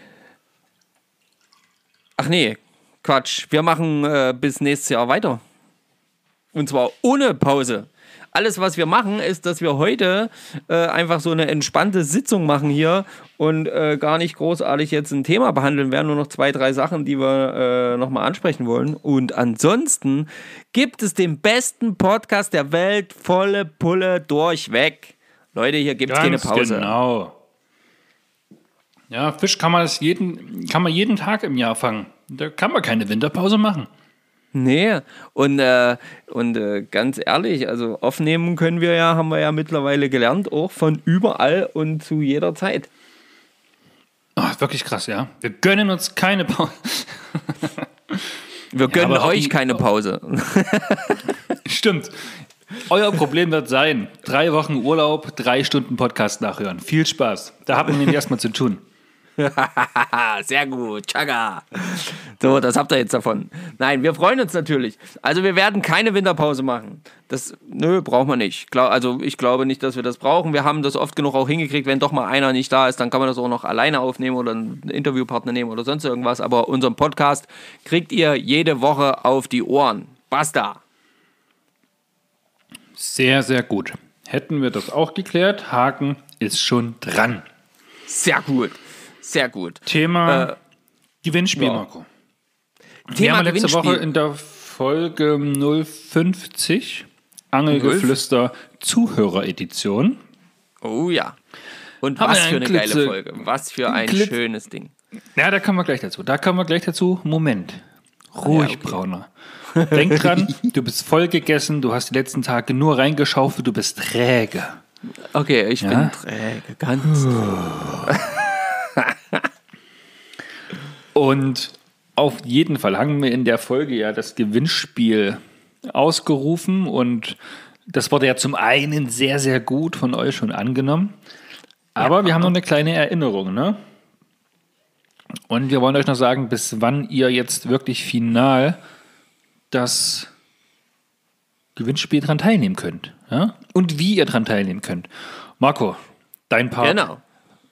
Ach nee, Quatsch. Wir machen äh, bis nächstes Jahr weiter. Und zwar ohne Pause. Alles, was wir machen, ist, dass wir heute äh, einfach so eine entspannte Sitzung machen hier und äh, gar nicht großartig jetzt ein Thema behandeln werden. Nur noch zwei, drei Sachen, die wir äh, nochmal ansprechen wollen. Und ansonsten gibt es den besten Podcast der Welt, volle Pulle durchweg. Leute, hier gibt es keine Pause. Genau. Ja, Fisch kann man, das jeden, kann man jeden Tag im Jahr fangen. Da kann man keine Winterpause machen. Nee, und, äh, und äh, ganz ehrlich, also aufnehmen können wir ja, haben wir ja mittlerweile gelernt, auch von überall und zu jeder Zeit. Oh, wirklich krass, ja. Wir gönnen uns keine Pause. Wir gönnen ja, euch die, keine Pause. Stimmt. Euer Problem wird sein, drei Wochen Urlaub, drei Stunden Podcast nachhören. Viel Spaß. Da hat man nämlich erstmal zu tun. Sehr gut, Chaga. So, das habt ihr jetzt davon. Nein, wir freuen uns natürlich. Also wir werden keine Winterpause machen. Das, nö, brauchen wir nicht. Also ich glaube nicht, dass wir das brauchen. Wir haben das oft genug auch hingekriegt, wenn doch mal einer nicht da ist, dann kann man das auch noch alleine aufnehmen oder einen Interviewpartner nehmen oder sonst irgendwas. Aber unseren Podcast kriegt ihr jede Woche auf die Ohren. Basta. Sehr, sehr gut. Hätten wir das auch geklärt, Haken ist schon dran. Sehr gut. Sehr gut. Thema äh, Gewinnspiel, ja. Marco. Thema wir haben letzte Gewinnspiel. Woche in der Folge null fünfzig Angelgeflüster Zuhöreredition. Oh ja. Und Haben was wir für eine Glitze- geile Folge. Was für ein Glitz- schönes Ding. Ja, da kommen wir gleich dazu. Da kommen wir gleich dazu. Moment. Ruhig, Ja, okay. Brauner. Denk dran, du bist voll gegessen, du hast die letzten Tage nur reingeschaufelt, du bist träge. Okay, ich Ja? bin träge, ganz träge. Und auf jeden Fall haben wir in der Folge ja das Gewinnspiel ausgerufen und das wurde ja zum einen sehr, sehr gut von euch schon angenommen. Aber Ja. wir haben noch eine kleine Erinnerung, ne? Und wir wollen euch noch sagen, bis wann ihr jetzt wirklich final das Gewinnspiel dran teilnehmen könnt. Ja? Und wie ihr dran teilnehmen könnt. Marco, dein Part. Genau.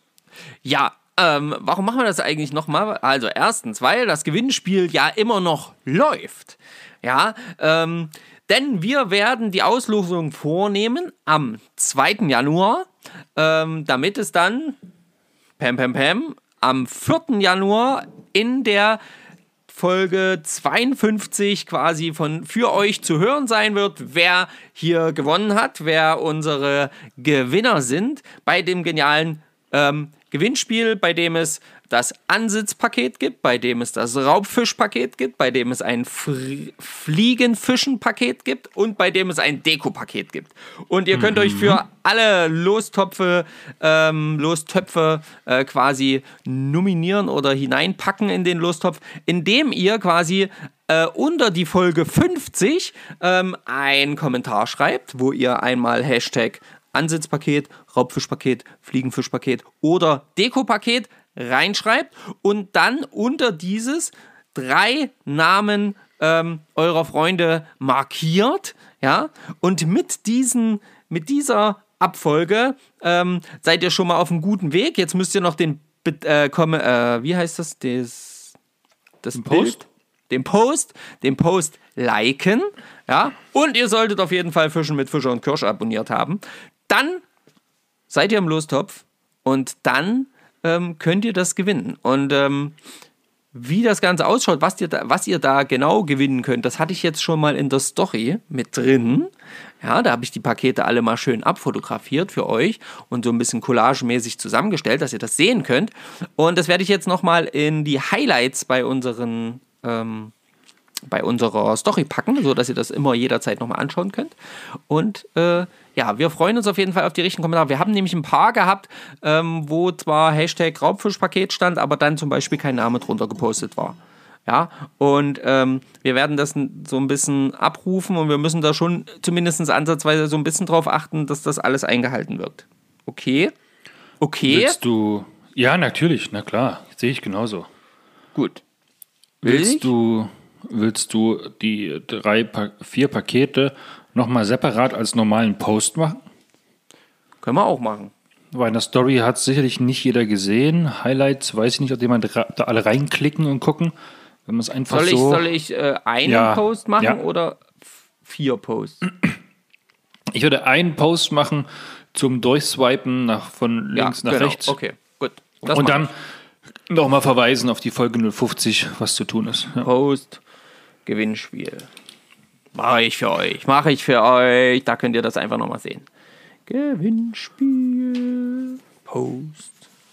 Ja, ähm, warum machen wir das eigentlich nochmal? Also erstens, weil das Gewinnspiel ja immer noch läuft. Ja, ähm, denn wir werden die Auslosung vornehmen am zweiten Januar, ähm, damit es dann, pam, pam, pam, am vierten Januar in der Folge zweiundfünfzig quasi von für euch zu hören sein wird, wer hier gewonnen hat, wer unsere Gewinner sind bei dem genialen ähm, Gewinnspiel, bei dem es das Ansitzpaket gibt, bei dem es das Raubfischpaket gibt, bei dem es ein Fr- Fliegenfischen-Paket gibt und bei dem es ein Deko-Paket gibt. Und ihr könnt mhm. euch für alle Lostopfe, ähm, Lostöpfe äh, quasi nominieren oder hineinpacken in den Lostopf, indem ihr quasi äh, unter die Folge fünfzig ähm, einen Kommentar schreibt, wo ihr einmal Hashtag Ansitzpaket, Raubfischpaket, Fliegenfischpaket oder Deko-Paket reinschreibt und dann unter dieses drei Namen ähm, eurer Freunde markiert, ja, und mit diesen, mit dieser Abfolge ähm, seid ihr schon mal auf einem guten Weg. Jetzt müsst ihr noch den, äh, komme, äh, wie heißt das, das, das den Bild? Post? Den Post, den Post liken, ja, und ihr solltet auf jeden Fall Fischen mit Fischer und Kirsch abonniert haben. Dann seid ihr im Lostopf und dann ähm, könnt ihr das gewinnen. Und ähm, wie das Ganze ausschaut, was ihr, da, was ihr da genau gewinnen könnt, das hatte ich jetzt schon mal in der Story mit drin. Ja, da habe ich die Pakete alle mal schön abfotografiert für euch und so ein bisschen collagemäßig zusammengestellt, dass ihr das sehen könnt. Und das werde ich jetzt nochmal in die Highlights bei unseren ähm, bei unserer Story packen, sodass ihr das immer jederzeit nochmal anschauen könnt. Und äh, ja, wir freuen uns auf jeden Fall auf die richtigen Kommentare. Wir haben nämlich ein paar gehabt, ähm, wo zwar Hashtag Raubfischpaket stand, aber dann zum Beispiel kein Name drunter gepostet war. Ja, und ähm, wir werden das so ein bisschen abrufen und wir müssen da schon zumindest ansatzweise so ein bisschen drauf achten, dass das alles eingehalten wird. Okay? Okay? Willst du... Ja, natürlich, na klar, sehe ich genauso. Gut. Will Willst ich? du... Willst du die drei, pa- vier Pakete nochmal separat als normalen Post machen? Können wir auch machen. Weil in der Story hat sicherlich nicht jeder gesehen. Highlights, weiß ich nicht, ob jemand da alle reinklicken und gucken. Wenn man es einfach soll ich, so... Soll ich äh, einen ja. Post machen ja. oder vier Posts? Ich würde einen Post machen zum Durchswipen nach, von links ja, nach genau. rechts. Okay, gut. Das und dann nochmal verweisen auf die Folge null fünfzig, was zu tun ist. Ja. Post, Gewinnspiel. Mache ich für euch, mache ich für euch. Da könnt ihr das einfach nochmal sehen. Gewinnspiel, Post.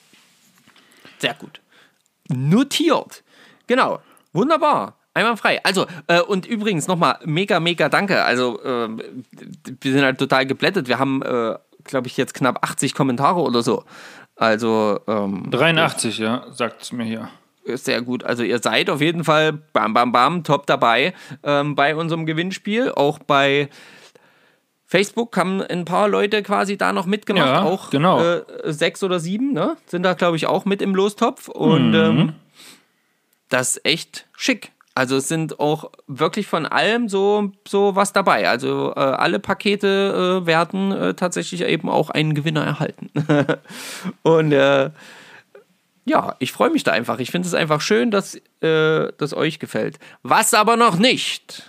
Sehr gut. Notiert. Genau, wunderbar. Einwandfrei. Also, äh, und übrigens nochmal mega, mega danke. Also, äh, wir sind halt total geblättet. Wir haben, äh, glaube ich, jetzt knapp achtzig Kommentare oder so. Also, ähm, dreiundachtzig, ja, sagt es mir hier. Sehr gut. Also ihr seid auf jeden Fall bam, bam, bam, top dabei ähm, bei unserem Gewinnspiel. Auch bei Facebook haben ein paar Leute quasi da noch mitgemacht. Ja, auch genau. äh, sechs oder sieben, ne? Sind da, glaube ich, auch mit im Lostopf. Und mhm. ähm, das ist echt schick. Also es sind auch wirklich von allem so, so was dabei. Also äh, alle Pakete äh, werden äh, tatsächlich eben auch einen Gewinner erhalten. Und äh, ja, ich freue mich da einfach. Ich finde es einfach schön, dass äh, das euch gefällt. Was aber noch nicht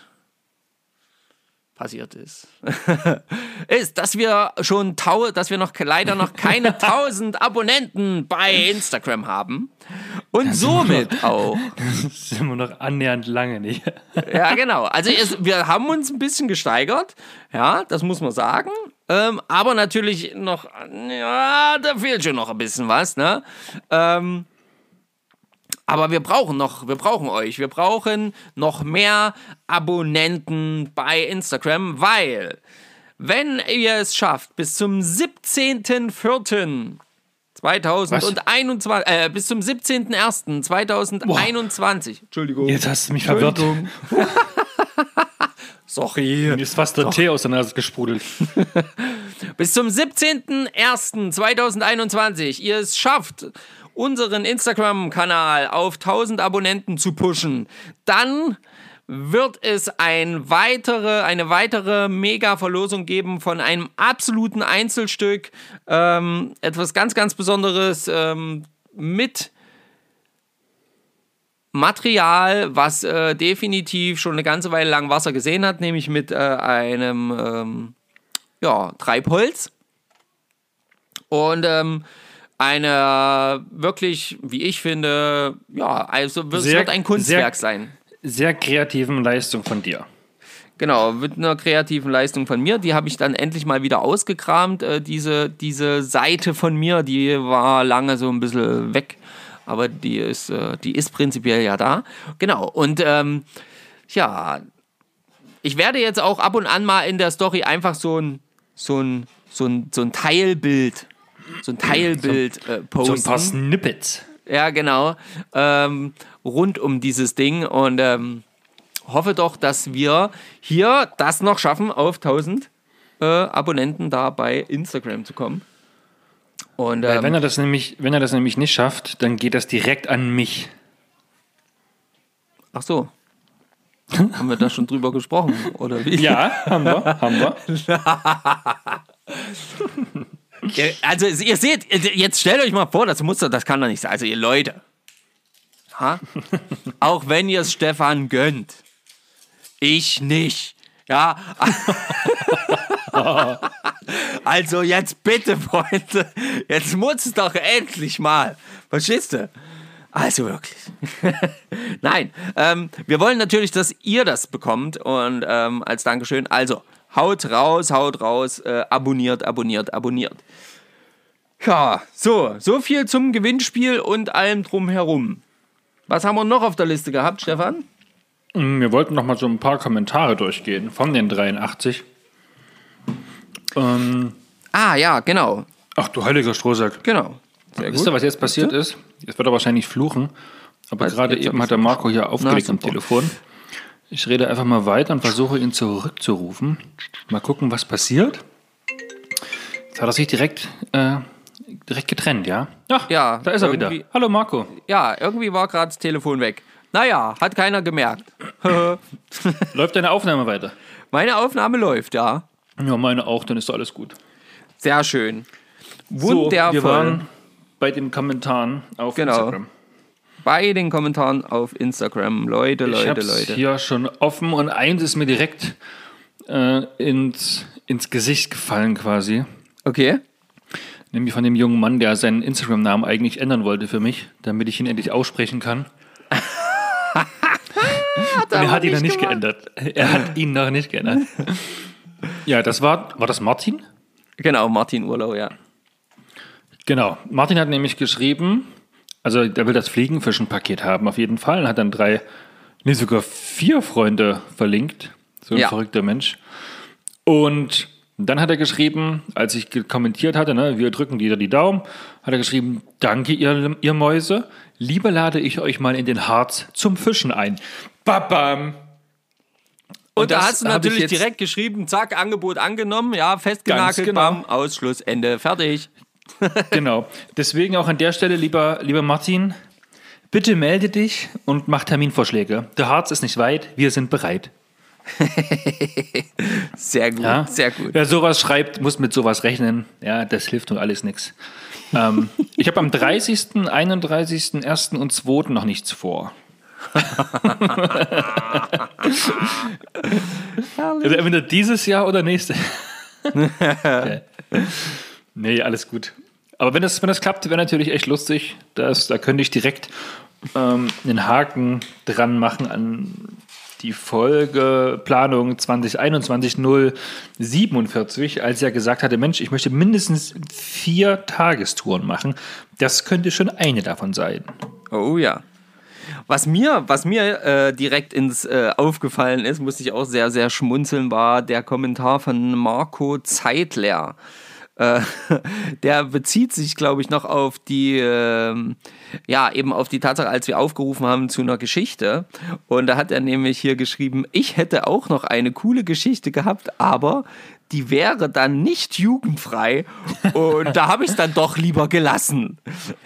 passiert ist, ist, dass wir schon tau- dass wir noch leider noch keine tausend Abonnenten bei Instagram haben und somit auch. Das sind wir noch annähernd lange nicht. Ja, genau. Also es, wir haben uns ein bisschen gesteigert, ja, das muss man sagen. Ähm, aber natürlich noch, ja, da fehlt schon noch ein bisschen was, ne? Ähm, aber wir brauchen noch, wir brauchen euch, wir brauchen noch mehr Abonnenten bei Instagram, weil, wenn ihr es schafft, bis zum siebzehnten vierten zweitausendeinundzwanzig, äh, bis zum siebzehnten ersten zweitausendeinundzwanzig, Entschuldigung. Jetzt hast du mich verwirrt. Sorry. Mir ist fast der Doch. Tee aus der Nase gesprudelt. Bis zum siebzehnten ersten zweitausendeinundzwanzig ihr es schafft, unseren Instagram-Kanal auf tausend Abonnenten zu pushen, dann wird es ein weitere, eine weitere Mega-Verlosung geben von einem absoluten Einzelstück. Ähm, etwas ganz, ganz Besonderes ähm, mit Material, was äh, definitiv schon eine ganze Weile lang Wasser gesehen hat, nämlich mit äh, einem ähm, ja, Treibholz. Und ähm, eine wirklich, wie ich finde, ja, also es Sehr- wird ein Kunstwerk sehr- sein. Sehr kreativen Leistung von dir. Genau, mit einer kreativen Leistung von mir. Die habe ich dann endlich mal wieder ausgekramt. Äh, diese, diese Seite von mir, die war lange so ein bisschen weg. Aber die ist, äh, die ist prinzipiell ja da. Genau, und ähm, ja, ich werde jetzt auch ab und an mal in der Story einfach so ein, so ein, so ein, so ein Teilbild, so ein Teilbild äh, So posten. ein paar Snippets. Ja, genau. Ähm, rund um dieses Ding und ähm, hoffe doch, dass wir hier das noch schaffen, auf tausend äh, Abonnenten da bei Instagram zu kommen. Und Weil ähm, wenn er das nämlich, wenn er das nämlich nicht schafft, dann geht das direkt an mich. ach so. Haben wir da schon drüber gesprochen, oder wie? Ja, haben wir, haben wir. Also ihr seht, jetzt stellt euch mal vor, das muss doch, das kann doch nicht sein. Also ihr Leute, ha? Auch wenn ihr es Stefan gönnt, ich nicht. Ja. Also jetzt bitte, Freunde, jetzt muss es doch endlich mal. Verstehst du? Also wirklich. Nein, ähm, wir wollen natürlich, dass ihr das bekommt und ähm, als Dankeschön. Also haut raus, haut raus, äh, abonniert, abonniert, abonniert. Ja, so, so viel zum Gewinnspiel und allem drumherum. Was haben wir noch auf der Liste gehabt, Stefan? Wir wollten noch mal so ein paar Kommentare durchgehen von den dreiundachtzig. Ähm, Ah, ja, genau, ach du heiliger Strohsack. genau. Sehr Wisst ihr, was jetzt passiert ist? Jetzt wird er wahrscheinlich fluchen. Aber Was? gerade Jetzt eben hab hat der Marco hier Na, aufgelegt am super. Telefon. Ich rede einfach mal weiter und versuche ihn zurückzurufen. Mal gucken, was passiert. Jetzt hat er sich direkt, äh, direkt getrennt, ja? Ach, Ja, da ist er wieder. irgendwie- Hallo Marco. Ja, irgendwie war gerade das Telefon weg. Naja, hat keiner gemerkt. Läuft deine Aufnahme weiter? Meine Aufnahme läuft, ja. Ja, meine auch, dann ist doch alles gut. Sehr schön. So, Wundervoll. wir waren bei den Kommentaren auf Genau. Instagram. Bei den Kommentaren auf Instagram. Leute, Ich Leute, habe es Leute. hier schon offen und eins ist mir direkt äh, ins, ins Gesicht gefallen quasi. Okay. Nämlich von dem jungen Mann, der seinen Instagram-Namen eigentlich ändern wollte für mich, damit ich ihn endlich aussprechen kann. Und er hat ihn noch nicht geändert. Er hat ihn noch nicht geändert. Ja, das war, war das Martin? Genau, Martin Urlau, ja. Genau. Martin hat nämlich geschrieben, also der will das Fliegenfischen-Paket haben auf jeden Fall und hat dann drei, nee, sogar vier Freunde verlinkt. So ein Ja. verrückter Mensch. Und dann hat er geschrieben, als ich ge- kommentiert hatte, ne, wir drücken dir die Daumen, hat er geschrieben, danke ihr, ihr Mäuse, lieber lade ich euch mal in den Harz zum Fischen ein. Babam! Und, da das hast du hab ich natürlich jetzt- direkt geschrieben, zack, Angebot angenommen, ja, festgenagelt, Ganz genau. bam, Ausschluss, Ende, fertig. Genau. Deswegen auch an der Stelle, lieber, lieber Martin, bitte melde dich und mach Terminvorschläge. Der Harz ist nicht weit, wir sind bereit. Sehr gut, Ja? sehr gut. Wer sowas schreibt, muss mit sowas rechnen. Ja, das hilft nun alles nichts. ähm, ich habe am dreißigsten, einunddreißigsten, ersten und zweiten noch nichts vor. Also entweder dieses Jahr oder nächstes. Okay. Nee, alles gut. Aber wenn das, wenn das klappt, wäre natürlich echt lustig. Das, da könnte ich direkt ähm, einen Haken dran machen an die Folgeplanung zwanzig einundzwanzig null siebenundvierzig, als er gesagt hatte, Mensch, ich möchte mindestens vier Tagestouren machen. Das könnte schon eine davon sein. Oh ja. Was mir, was mir äh, direkt ins äh, aufgefallen ist, musste ich auch sehr, sehr schmunzeln, war der Kommentar von Marco Zeitler. Äh, der bezieht sich, glaube ich, noch auf die, äh, ja, eben auf die Tatsache, als wir aufgerufen haben zu einer Geschichte. Und da hat er nämlich hier geschrieben, ich hätte auch noch eine coole Geschichte gehabt, aber die wäre dann nicht jugendfrei. Und da habe ich es dann doch lieber gelassen.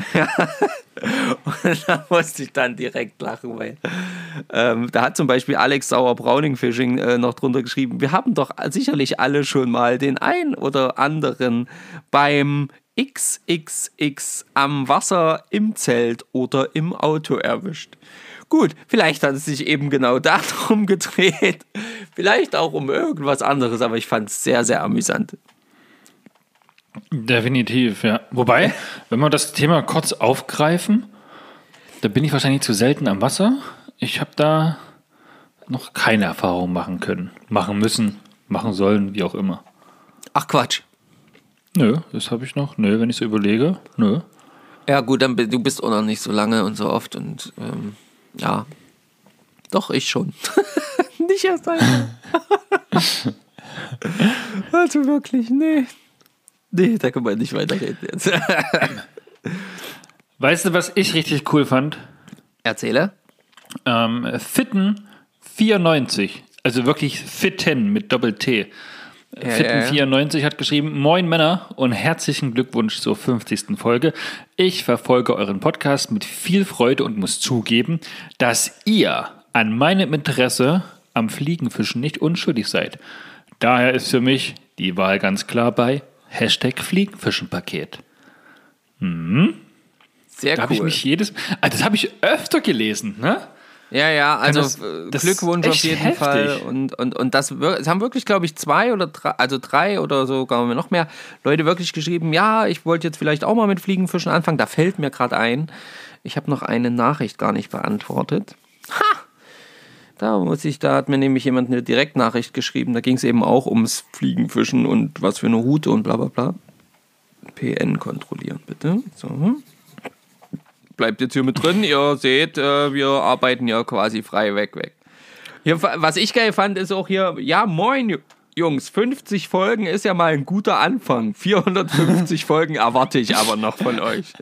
Und da musste ich dann direkt lachen, weil ähm, da hat zum Beispiel Alex Sauer Browning Fishing äh, noch drunter geschrieben, wir haben doch sicherlich alle schon mal den ein oder anderen beim X X X am Wasser, im Zelt oder im Auto erwischt. Gut, vielleicht hat es sich eben genau darum gedreht, vielleicht auch um irgendwas anderes, aber ich fand es sehr, sehr amüsant. Definitiv, ja. Wobei, wenn wir das Thema kurz aufgreifen, da bin ich wahrscheinlich zu selten am Wasser. Ich habe da noch keine Erfahrung machen können, machen müssen, machen sollen, wie auch immer. Ach Quatsch. Nö, das habe ich noch. Nö, wenn ich so überlege, nö. Ja gut, dann du bist auch noch nicht so lange und so oft und ähm, ja, doch, ich schon. Nicht erst einmal. Also wirklich, nee. Nee, da kann man nicht weiterreden jetzt. Weißt du, was ich richtig cool fand? Erzähle. Ähm, Fitten vierundneunzig, also wirklich Fitten mit Doppel-T. Ja, Fitten ja, ja. vierundneunzig hat geschrieben, moin Männer und herzlichen Glückwunsch zur fünfzigsten Folge. Ich verfolge euren Podcast mit viel Freude und muss zugeben, dass ihr an meinem Interesse am Fliegenfischen nicht unschuldig seid. Daher ist für mich die Wahl ganz klar bei Hashtag Fliegenfischenpaket. Hm? Sehr Da cool. habe ich mich jedes... Also das habe ich öfter gelesen, ne? Ja, ja, also das- äh, das Glückwunsch ist auf echt jeden heftig. Fall. Und, und, und das, wir- es haben wirklich, glaube ich, zwei oder drei, also drei oder sogar noch mehr Leute wirklich geschrieben, ja, ich wollte jetzt vielleicht auch mal mit Fliegenfischen anfangen. Da fällt mir gerade ein, ich habe noch eine Nachricht gar nicht beantwortet. Ha! Da muss ich, da hat mir nämlich jemand eine Direktnachricht geschrieben, da ging es eben auch ums Fliegenfischen und was für eine Route und bla bla bla. P N kontrollieren, bitte. So. Bleibt jetzt hier mit drin, ihr seht, äh, wir arbeiten ja quasi frei weg, weg. Hier, was ich geil fand, ist auch hier, ja moin Jungs, fünfzig Folgen ist ja mal ein guter Anfang. vierhundertfünfzig Folgen erwarte ich aber noch von euch.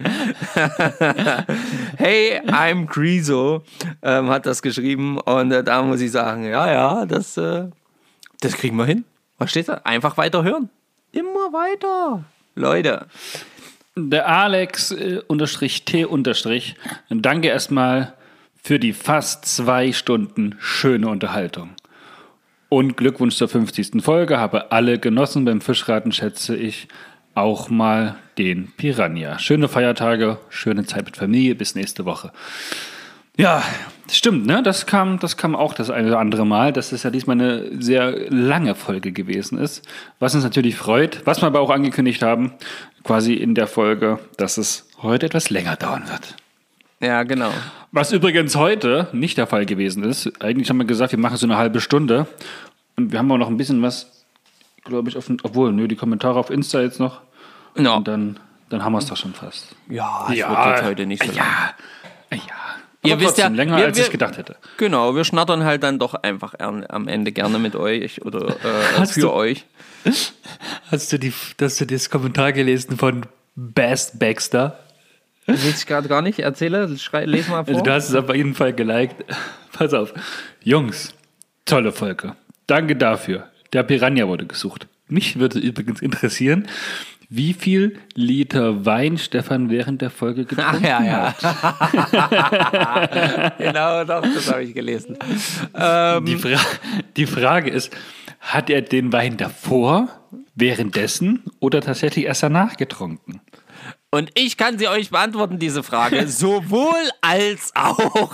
Hey, I'm Griso, ähm, hat das geschrieben und äh, da muss ich sagen, ja, ja, das, äh, das kriegen wir hin. Was steht da? Einfach weiter hören. Immer weiter. Leute. Der Alex äh, unterstrich T unterstrich. Danke erstmal für die fast zwei Stunden schöne Unterhaltung. Und Glückwunsch zur fünfzigsten Folge. Habe alle genossen. Beim Fischraten schätze ich auch mal den Piranha. Schöne Feiertage, schöne Zeit mit Familie. Bis nächste Woche. Ja, stimmt, ne? Das kam, das kam auch das eine oder andere Mal, dass es ja diesmal eine sehr lange Folge gewesen ist. Was uns natürlich freut, was wir aber auch angekündigt haben, quasi in der Folge, dass es heute etwas länger dauern wird. Ja, genau. Was übrigens heute nicht der Fall gewesen ist. Eigentlich haben wir gesagt, wir machen so eine halbe Stunde. Und wir haben auch noch ein bisschen was, glaube ich, auf den, obwohl, nö, die Kommentare auf Insta jetzt noch. No. Und dann, dann haben wir es doch schon fast. Ja, es Ja, wird jetzt heute nicht so lang. Ja, ja. Ihr Aber wisst ja, trotzdem länger, wir- als wir- ich gedacht hätte. Genau, wir schnattern halt dann doch einfach am am Ende gerne mit euch oder äh, Hast für du- euch. Hast du, die, hast du das Kommentar gelesen von Best Baxter? Will ich gerade gar nicht. Erzähle, schrei, lese mal vor. Also du hast es auf jeden Fall geliked. Pass auf. Jungs, tolle Folge. Danke dafür. Der Piranha wurde gesucht. Mich würde übrigens interessieren, wie viel Liter Wein Stefan während der Folge getrunken Ach ja, ja. hat. Genau, doch, das habe ich gelesen. Die, Fra die Frage ist, hat er den Wein davor, währenddessen oder tatsächlich erst danach getrunken? Und ich kann sie euch beantworten, diese Frage. Sowohl als auch.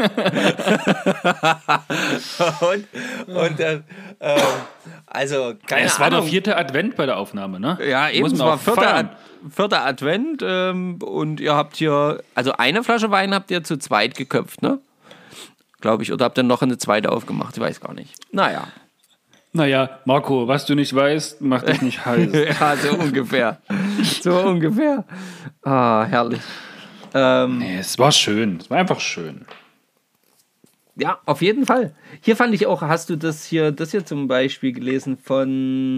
und und äh, äh, also, keine Es war Ahnung. der vierte Advent bei der Aufnahme, ne? Ja, eben, Muss es man war auch vierter, feiern. Ad, vierter Advent ähm, und ihr habt hier, also eine Flasche Wein habt ihr zu zweit geköpft, ne? Glaube ich. Oder habt ihr noch eine zweite aufgemacht? Ich weiß gar nicht. Naja. Naja, Marco, was du nicht weißt, macht dich nicht heiß. Ja, so ungefähr. So ungefähr. Ah, herrlich. Ähm, Nee, es war schön. Es war einfach schön. Ja, auf jeden Fall. Hier fand ich auch, hast du das hier, das hier zum Beispiel gelesen von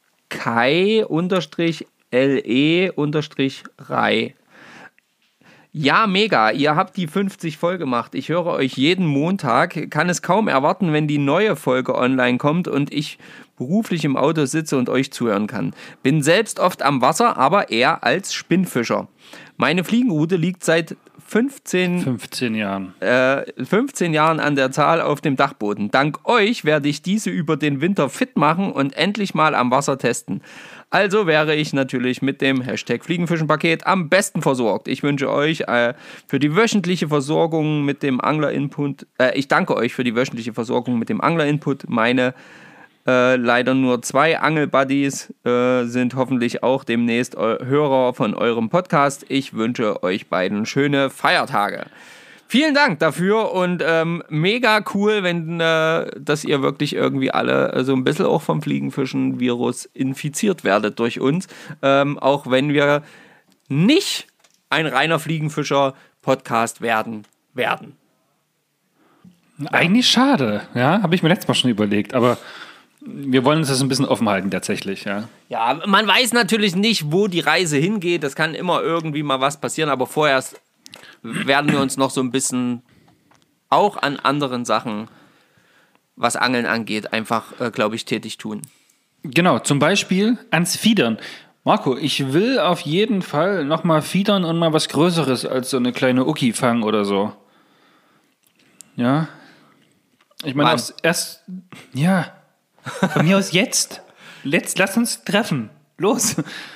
Kai-Le-Rei. Ja, mega. Ihr habt die fünfzig voll gemacht. Ich höre euch jeden Montag, kann es kaum erwarten, wenn die neue Folge online kommt und ich beruflich im Auto sitze und euch zuhören kann. Bin selbst oft am Wasser, aber eher als Spinnfischer. Meine Fliegenroute liegt seit fünfzehn, fünfzehn Jahren. Äh, fünfzehn Jahren an der Zahl auf dem Dachboden. Dank euch werde ich diese über den Winter fit machen und endlich mal am Wasser testen. Also wäre ich natürlich mit dem Hashtag Fliegenfischen-Paket am besten versorgt. Ich wünsche euch äh, für die wöchentliche Versorgung mit dem Angler-Input, äh, ich danke euch für die wöchentliche Versorgung mit dem Angler-Input. Meine äh, leider nur zwei Angel-Buddies äh, sind hoffentlich auch demnächst Eu- Hörer von eurem Podcast. Ich wünsche euch beiden schöne Feiertage. Vielen Dank dafür und ähm, mega cool, wenn äh, dass ihr wirklich irgendwie alle äh, so ein bisschen auch vom Fliegenfischen-Virus infiziert werdet durch uns. Ähm, auch wenn wir nicht ein reiner Fliegenfischer-Podcast werden werden. Eigentlich schade, ja, habe ich mir letztes Mal schon überlegt, aber wir wollen uns das ein bisschen offen halten tatsächlich, ja. Ja, man weiß natürlich nicht, wo die Reise hingeht. Das kann immer irgendwie mal was passieren, aber vorher werden wir uns noch so ein bisschen auch an anderen Sachen, was Angeln angeht, einfach, äh, glaube ich, tätig tun. Genau, zum Beispiel ans Fiedern. Marco, ich will auf jeden Fall nochmal fiedern und mal was Größeres als so eine kleine Ucki fangen oder so. Ja. Ich meine, erst, erst, ja, von mir aus jetzt. Let's, lass uns treffen. Los.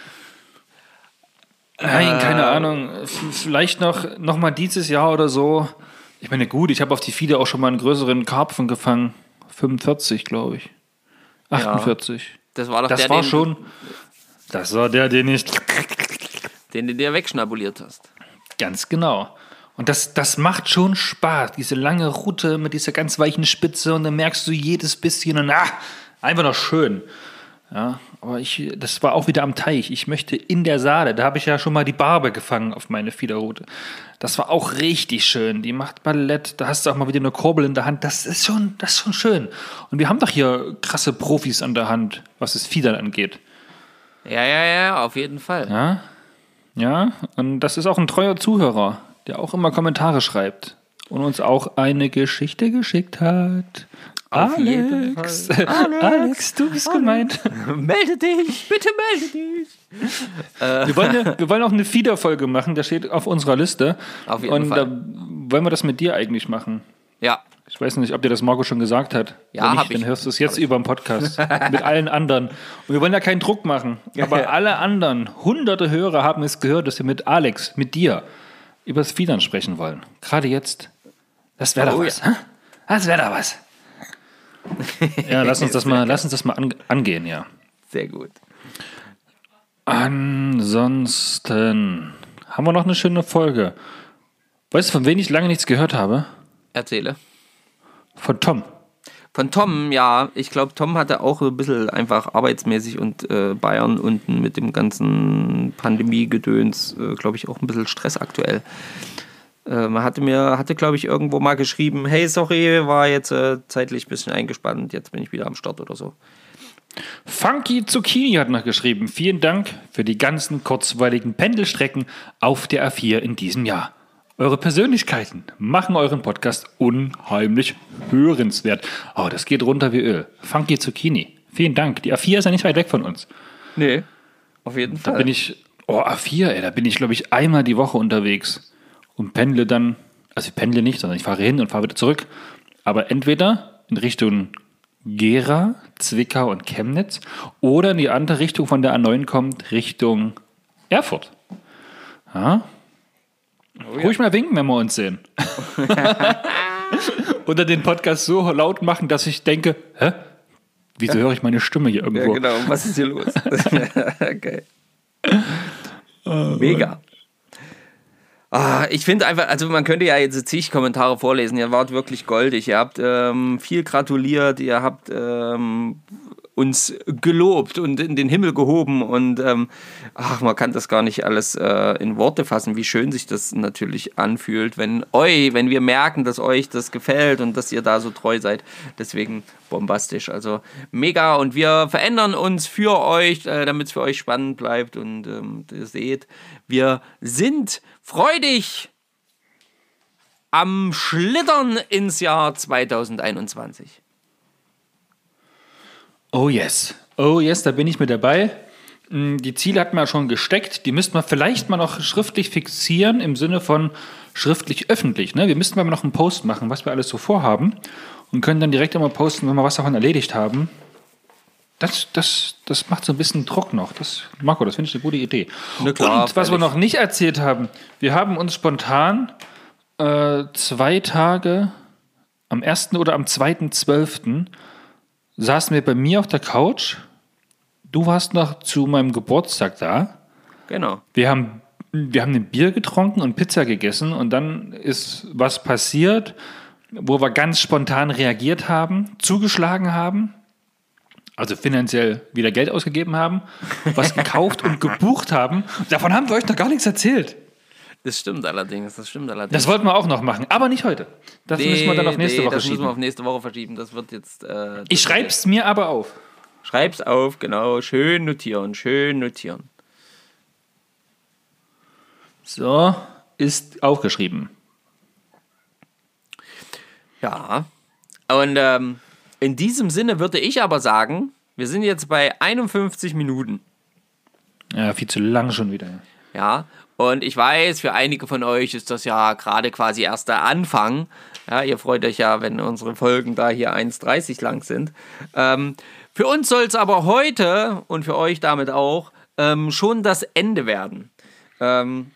Nein, keine äh, Ahnung. Vielleicht noch, noch mal dieses Jahr oder so. Ich meine, gut, ich habe auf die Fieder auch schon mal einen größeren Karpfen gefangen. fünfundvierzig, glaube ich. achtundvierzig. Ja, das war doch das der, war den schon. Das war der, den ich. Den du dir wegschnabuliert hast. Ganz genau. Und das, das macht schon Spaß. Diese lange Route mit dieser ganz weichen Spitze und dann merkst du jedes bisschen und ah, einfach noch schön. Ja, aber ich, das war auch wieder am Teich. Ich möchte in der Saale, da habe ich ja schon mal die Barbe gefangen auf meine Fiederroute. Das war auch richtig schön. Die macht Ballett, da hast du auch mal wieder eine Kurbel in der Hand. Das ist schon, das ist schon schön. Und wir haben doch hier krasse Profis an der Hand, was das Fiedern angeht. Ja, ja, ja, auf jeden Fall. Ja, ja, und das ist auch ein treuer Zuhörer, der auch immer Kommentare schreibt und uns auch eine Geschichte geschickt hat. Auf Alex, jeden Fall. Alex, Alex, du bist Alex. gemeint. Melde dich, bitte melde dich. Wir wollen, ja, wir wollen auch eine Fieder-Folge machen, der steht auf unserer Liste. Auf jeden und Fall. Da wollen wir das mit dir eigentlich machen. Ja. Ich weiß nicht, ob dir das Marco schon gesagt hat. Ja, Wenn nicht, hab ich. dann hörst du es jetzt über den Podcast mit allen anderen. Und wir wollen ja keinen Druck machen. Aber alle anderen, hunderte Hörer haben es gehört, dass wir mit Alex, mit dir, über das Fiedern sprechen wollen. Gerade jetzt. Das wäre oh, doch was. Ja. Das wäre doch was. Ja, lass uns das mal, lass uns das mal an, angehen, ja. Sehr gut. Ansonsten haben wir noch eine schöne Folge. Weißt du, von wem ich lange nichts gehört habe? Erzähle. Von Tom. Von Tom, ja. Ich glaube, Tom hatte auch ein bisschen einfach arbeitsmäßig und äh, Bayern unten mit dem ganzen Pandemie-Gedöns, äh, glaube ich, auch ein bisschen Stress aktuell. Äh, man hatte mir, hatte, glaube ich, irgendwo mal geschrieben, hey, sorry, war jetzt äh, zeitlich ein bisschen eingespannt, jetzt bin ich wieder am Start oder so. Funky Zucchini hat noch geschrieben, vielen Dank für die ganzen kurzweiligen Pendelstrecken auf der A vier in diesem Jahr. Eure Persönlichkeiten machen euren Podcast unheimlich hörenswert. Oh, das geht runter wie Öl. Funky Zucchini, vielen Dank. Die A vier ist ja nicht weit weg von uns. Nee, auf jeden Fall. Da bin ich, oh, A vier, ey, da bin ich, glaube ich, einmal die Woche unterwegs und pendle dann, also ich pendle nicht, sondern ich fahre hin und fahre wieder zurück. Aber entweder in Richtung Gera, Zwickau und Chemnitz oder in die andere Richtung von der A neun kommt, Richtung Erfurt. Ja. Oh ja. Ruhig mal winken, wenn wir uns sehen. Oder den Podcast so laut machen, dass ich denke, hä? Wieso höre ich meine Stimme hier irgendwo? Ja, genau. Was ist hier los? Okay. Mega. Ah, ich finde einfach, also man könnte ja jetzt zig Kommentare vorlesen. Ihr wart wirklich goldig. Ihr habt ähm, viel gratuliert. Ihr habt ähm, uns gelobt und in den Himmel gehoben und ähm, ach, man kann das gar nicht alles äh, in Worte fassen, wie schön sich das natürlich anfühlt, wenn euch, wenn wir merken, dass euch das gefällt und dass ihr da so treu seid. Deswegen bombastisch, also mega und wir verändern uns für euch, äh, damit es für euch spannend bleibt und ähm, ihr seht, wir sind freudig am Schlittern ins Jahr zwanzig einundzwanzig. Oh yes, oh yes, da bin ich mit dabei. Die Ziele hat man ja schon gesteckt, die müsste man vielleicht mal noch schriftlich fixieren, im Sinne von schriftlich öffentlich. Ne? Wir müssten mal noch einen Post machen, was wir alles so vorhaben und können dann direkt immer posten, wenn wir was davon erledigt haben. Das, das, das macht so ein bisschen Druck noch. Das, Marco, das finde ich eine gute Idee. Na klar, und was wir noch nicht erzählt haben, wir haben uns spontan äh, zwei Tage, am ersten oder am zweiten zwölften saßen wir bei mir auf der Couch. Du warst noch zu meinem Geburtstag da. Genau. Wir haben, wir haben ein Bier getrunken und Pizza gegessen und dann ist was passiert, wo wir ganz spontan reagiert haben, zugeschlagen haben, also finanziell wieder Geld ausgegeben haben, was gekauft und gebucht haben. Davon haben wir euch noch gar nichts erzählt. Das stimmt allerdings, das stimmt allerdings. Das wollten wir auch noch machen, aber nicht heute. Das nee, müssen wir dann auf nächste nee, Woche das schieben. Das müssen wir auf nächste Woche verschieben. Das wird jetzt. Äh, ich schreib's mir aber auf. Schreib's auf, genau. Schön notieren, schön notieren. So, ist aufgeschrieben. Ja. Und ähm, in diesem Sinne würde ich aber sagen, wir sind jetzt bei einundfünfzig Minuten. Ja, viel zu lang schon wieder. Ja. Und ich weiß, für einige von euch ist das ja gerade quasi erst der Anfang. Ja, ihr freut euch ja, wenn unsere Folgen da hier eins dreißig lang sind. Ähm, für uns soll es aber heute und für euch damit auch ähm, schon das Ende werden. Ähm,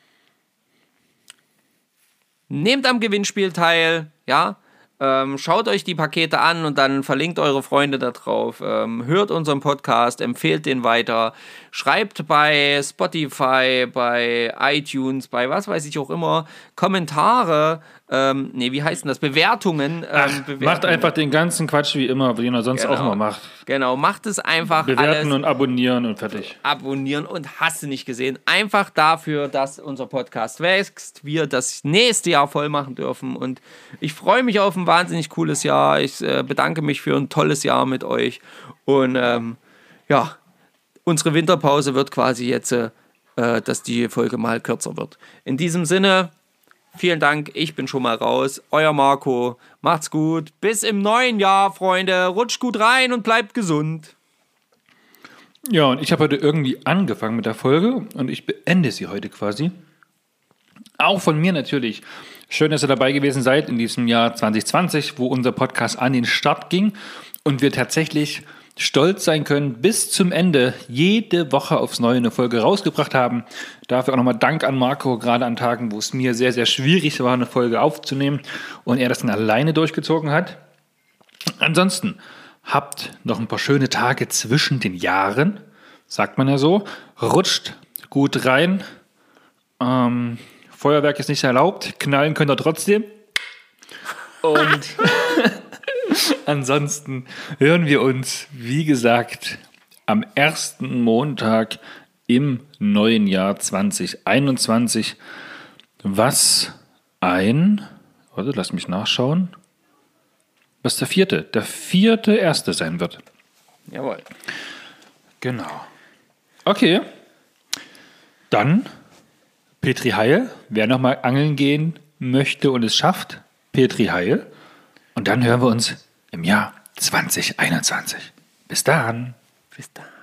nehmt am Gewinnspiel teil, ja. Ähm, schaut euch die Pakete an und dann verlinkt eure Freunde da drauf. Ähm, hört unseren Podcast, empfehlt den weiter. Schreibt bei Spotify, bei iTunes, bei was weiß ich auch immer, Kommentare. Ähm, nee, wie heißt denn das? Bewertungen. Ähm, Ach, Bewertungen. Macht einfach den ganzen Quatsch wie immer, den er sonst genau. auch immer macht. Genau, macht es einfach Bewerten alles. und abonnieren und fertig. Abonnieren und hast du nicht gesehen. Einfach dafür, dass unser Podcast wächst, wir das nächste Jahr voll machen dürfen. Und ich freue mich auf ein wahnsinnig cooles Jahr. Ich äh, bedanke mich für ein tolles Jahr mit euch. Und ähm, ja, unsere Winterpause wird quasi jetzt, äh, dass die Folge mal kürzer wird. In diesem Sinne, vielen Dank, ich bin schon mal raus. Euer Marco, macht's gut. Bis im neuen Jahr, Freunde. Rutscht gut rein und bleibt gesund. Ja, und ich habe heute irgendwie angefangen mit der Folge und ich beende sie heute quasi. Auch von mir natürlich. Schön, dass ihr dabei gewesen seid in diesem Jahr zwanzig zwanzig, wo unser Podcast an den Start ging und wir tatsächlich stolz sein können, bis zum Ende jede Woche aufs Neue eine Folge rausgebracht haben. Dafür auch nochmal Dank an Marco, gerade an Tagen, wo es mir sehr, sehr schwierig war, eine Folge aufzunehmen und er das dann alleine durchgezogen hat. Ansonsten habt noch ein paar schöne Tage zwischen den Jahren, sagt man ja so. Rutscht gut rein. Ähm, Feuerwerk ist nicht erlaubt, knallen könnt ihr trotzdem. Und ansonsten hören wir uns, wie gesagt, am ersten Montag im neuen Jahr zwanzig einundzwanzig, was ein, warte, lass mich nachschauen, was der vierte, der vierte erste sein wird. Jawohl. Genau. Okay. Dann Petri Heil. Wer nochmal angeln gehen möchte und es schafft, Petri Heil. Und dann hören wir uns im Jahr zwanzig einundzwanzig. Bis dann. Bis dann.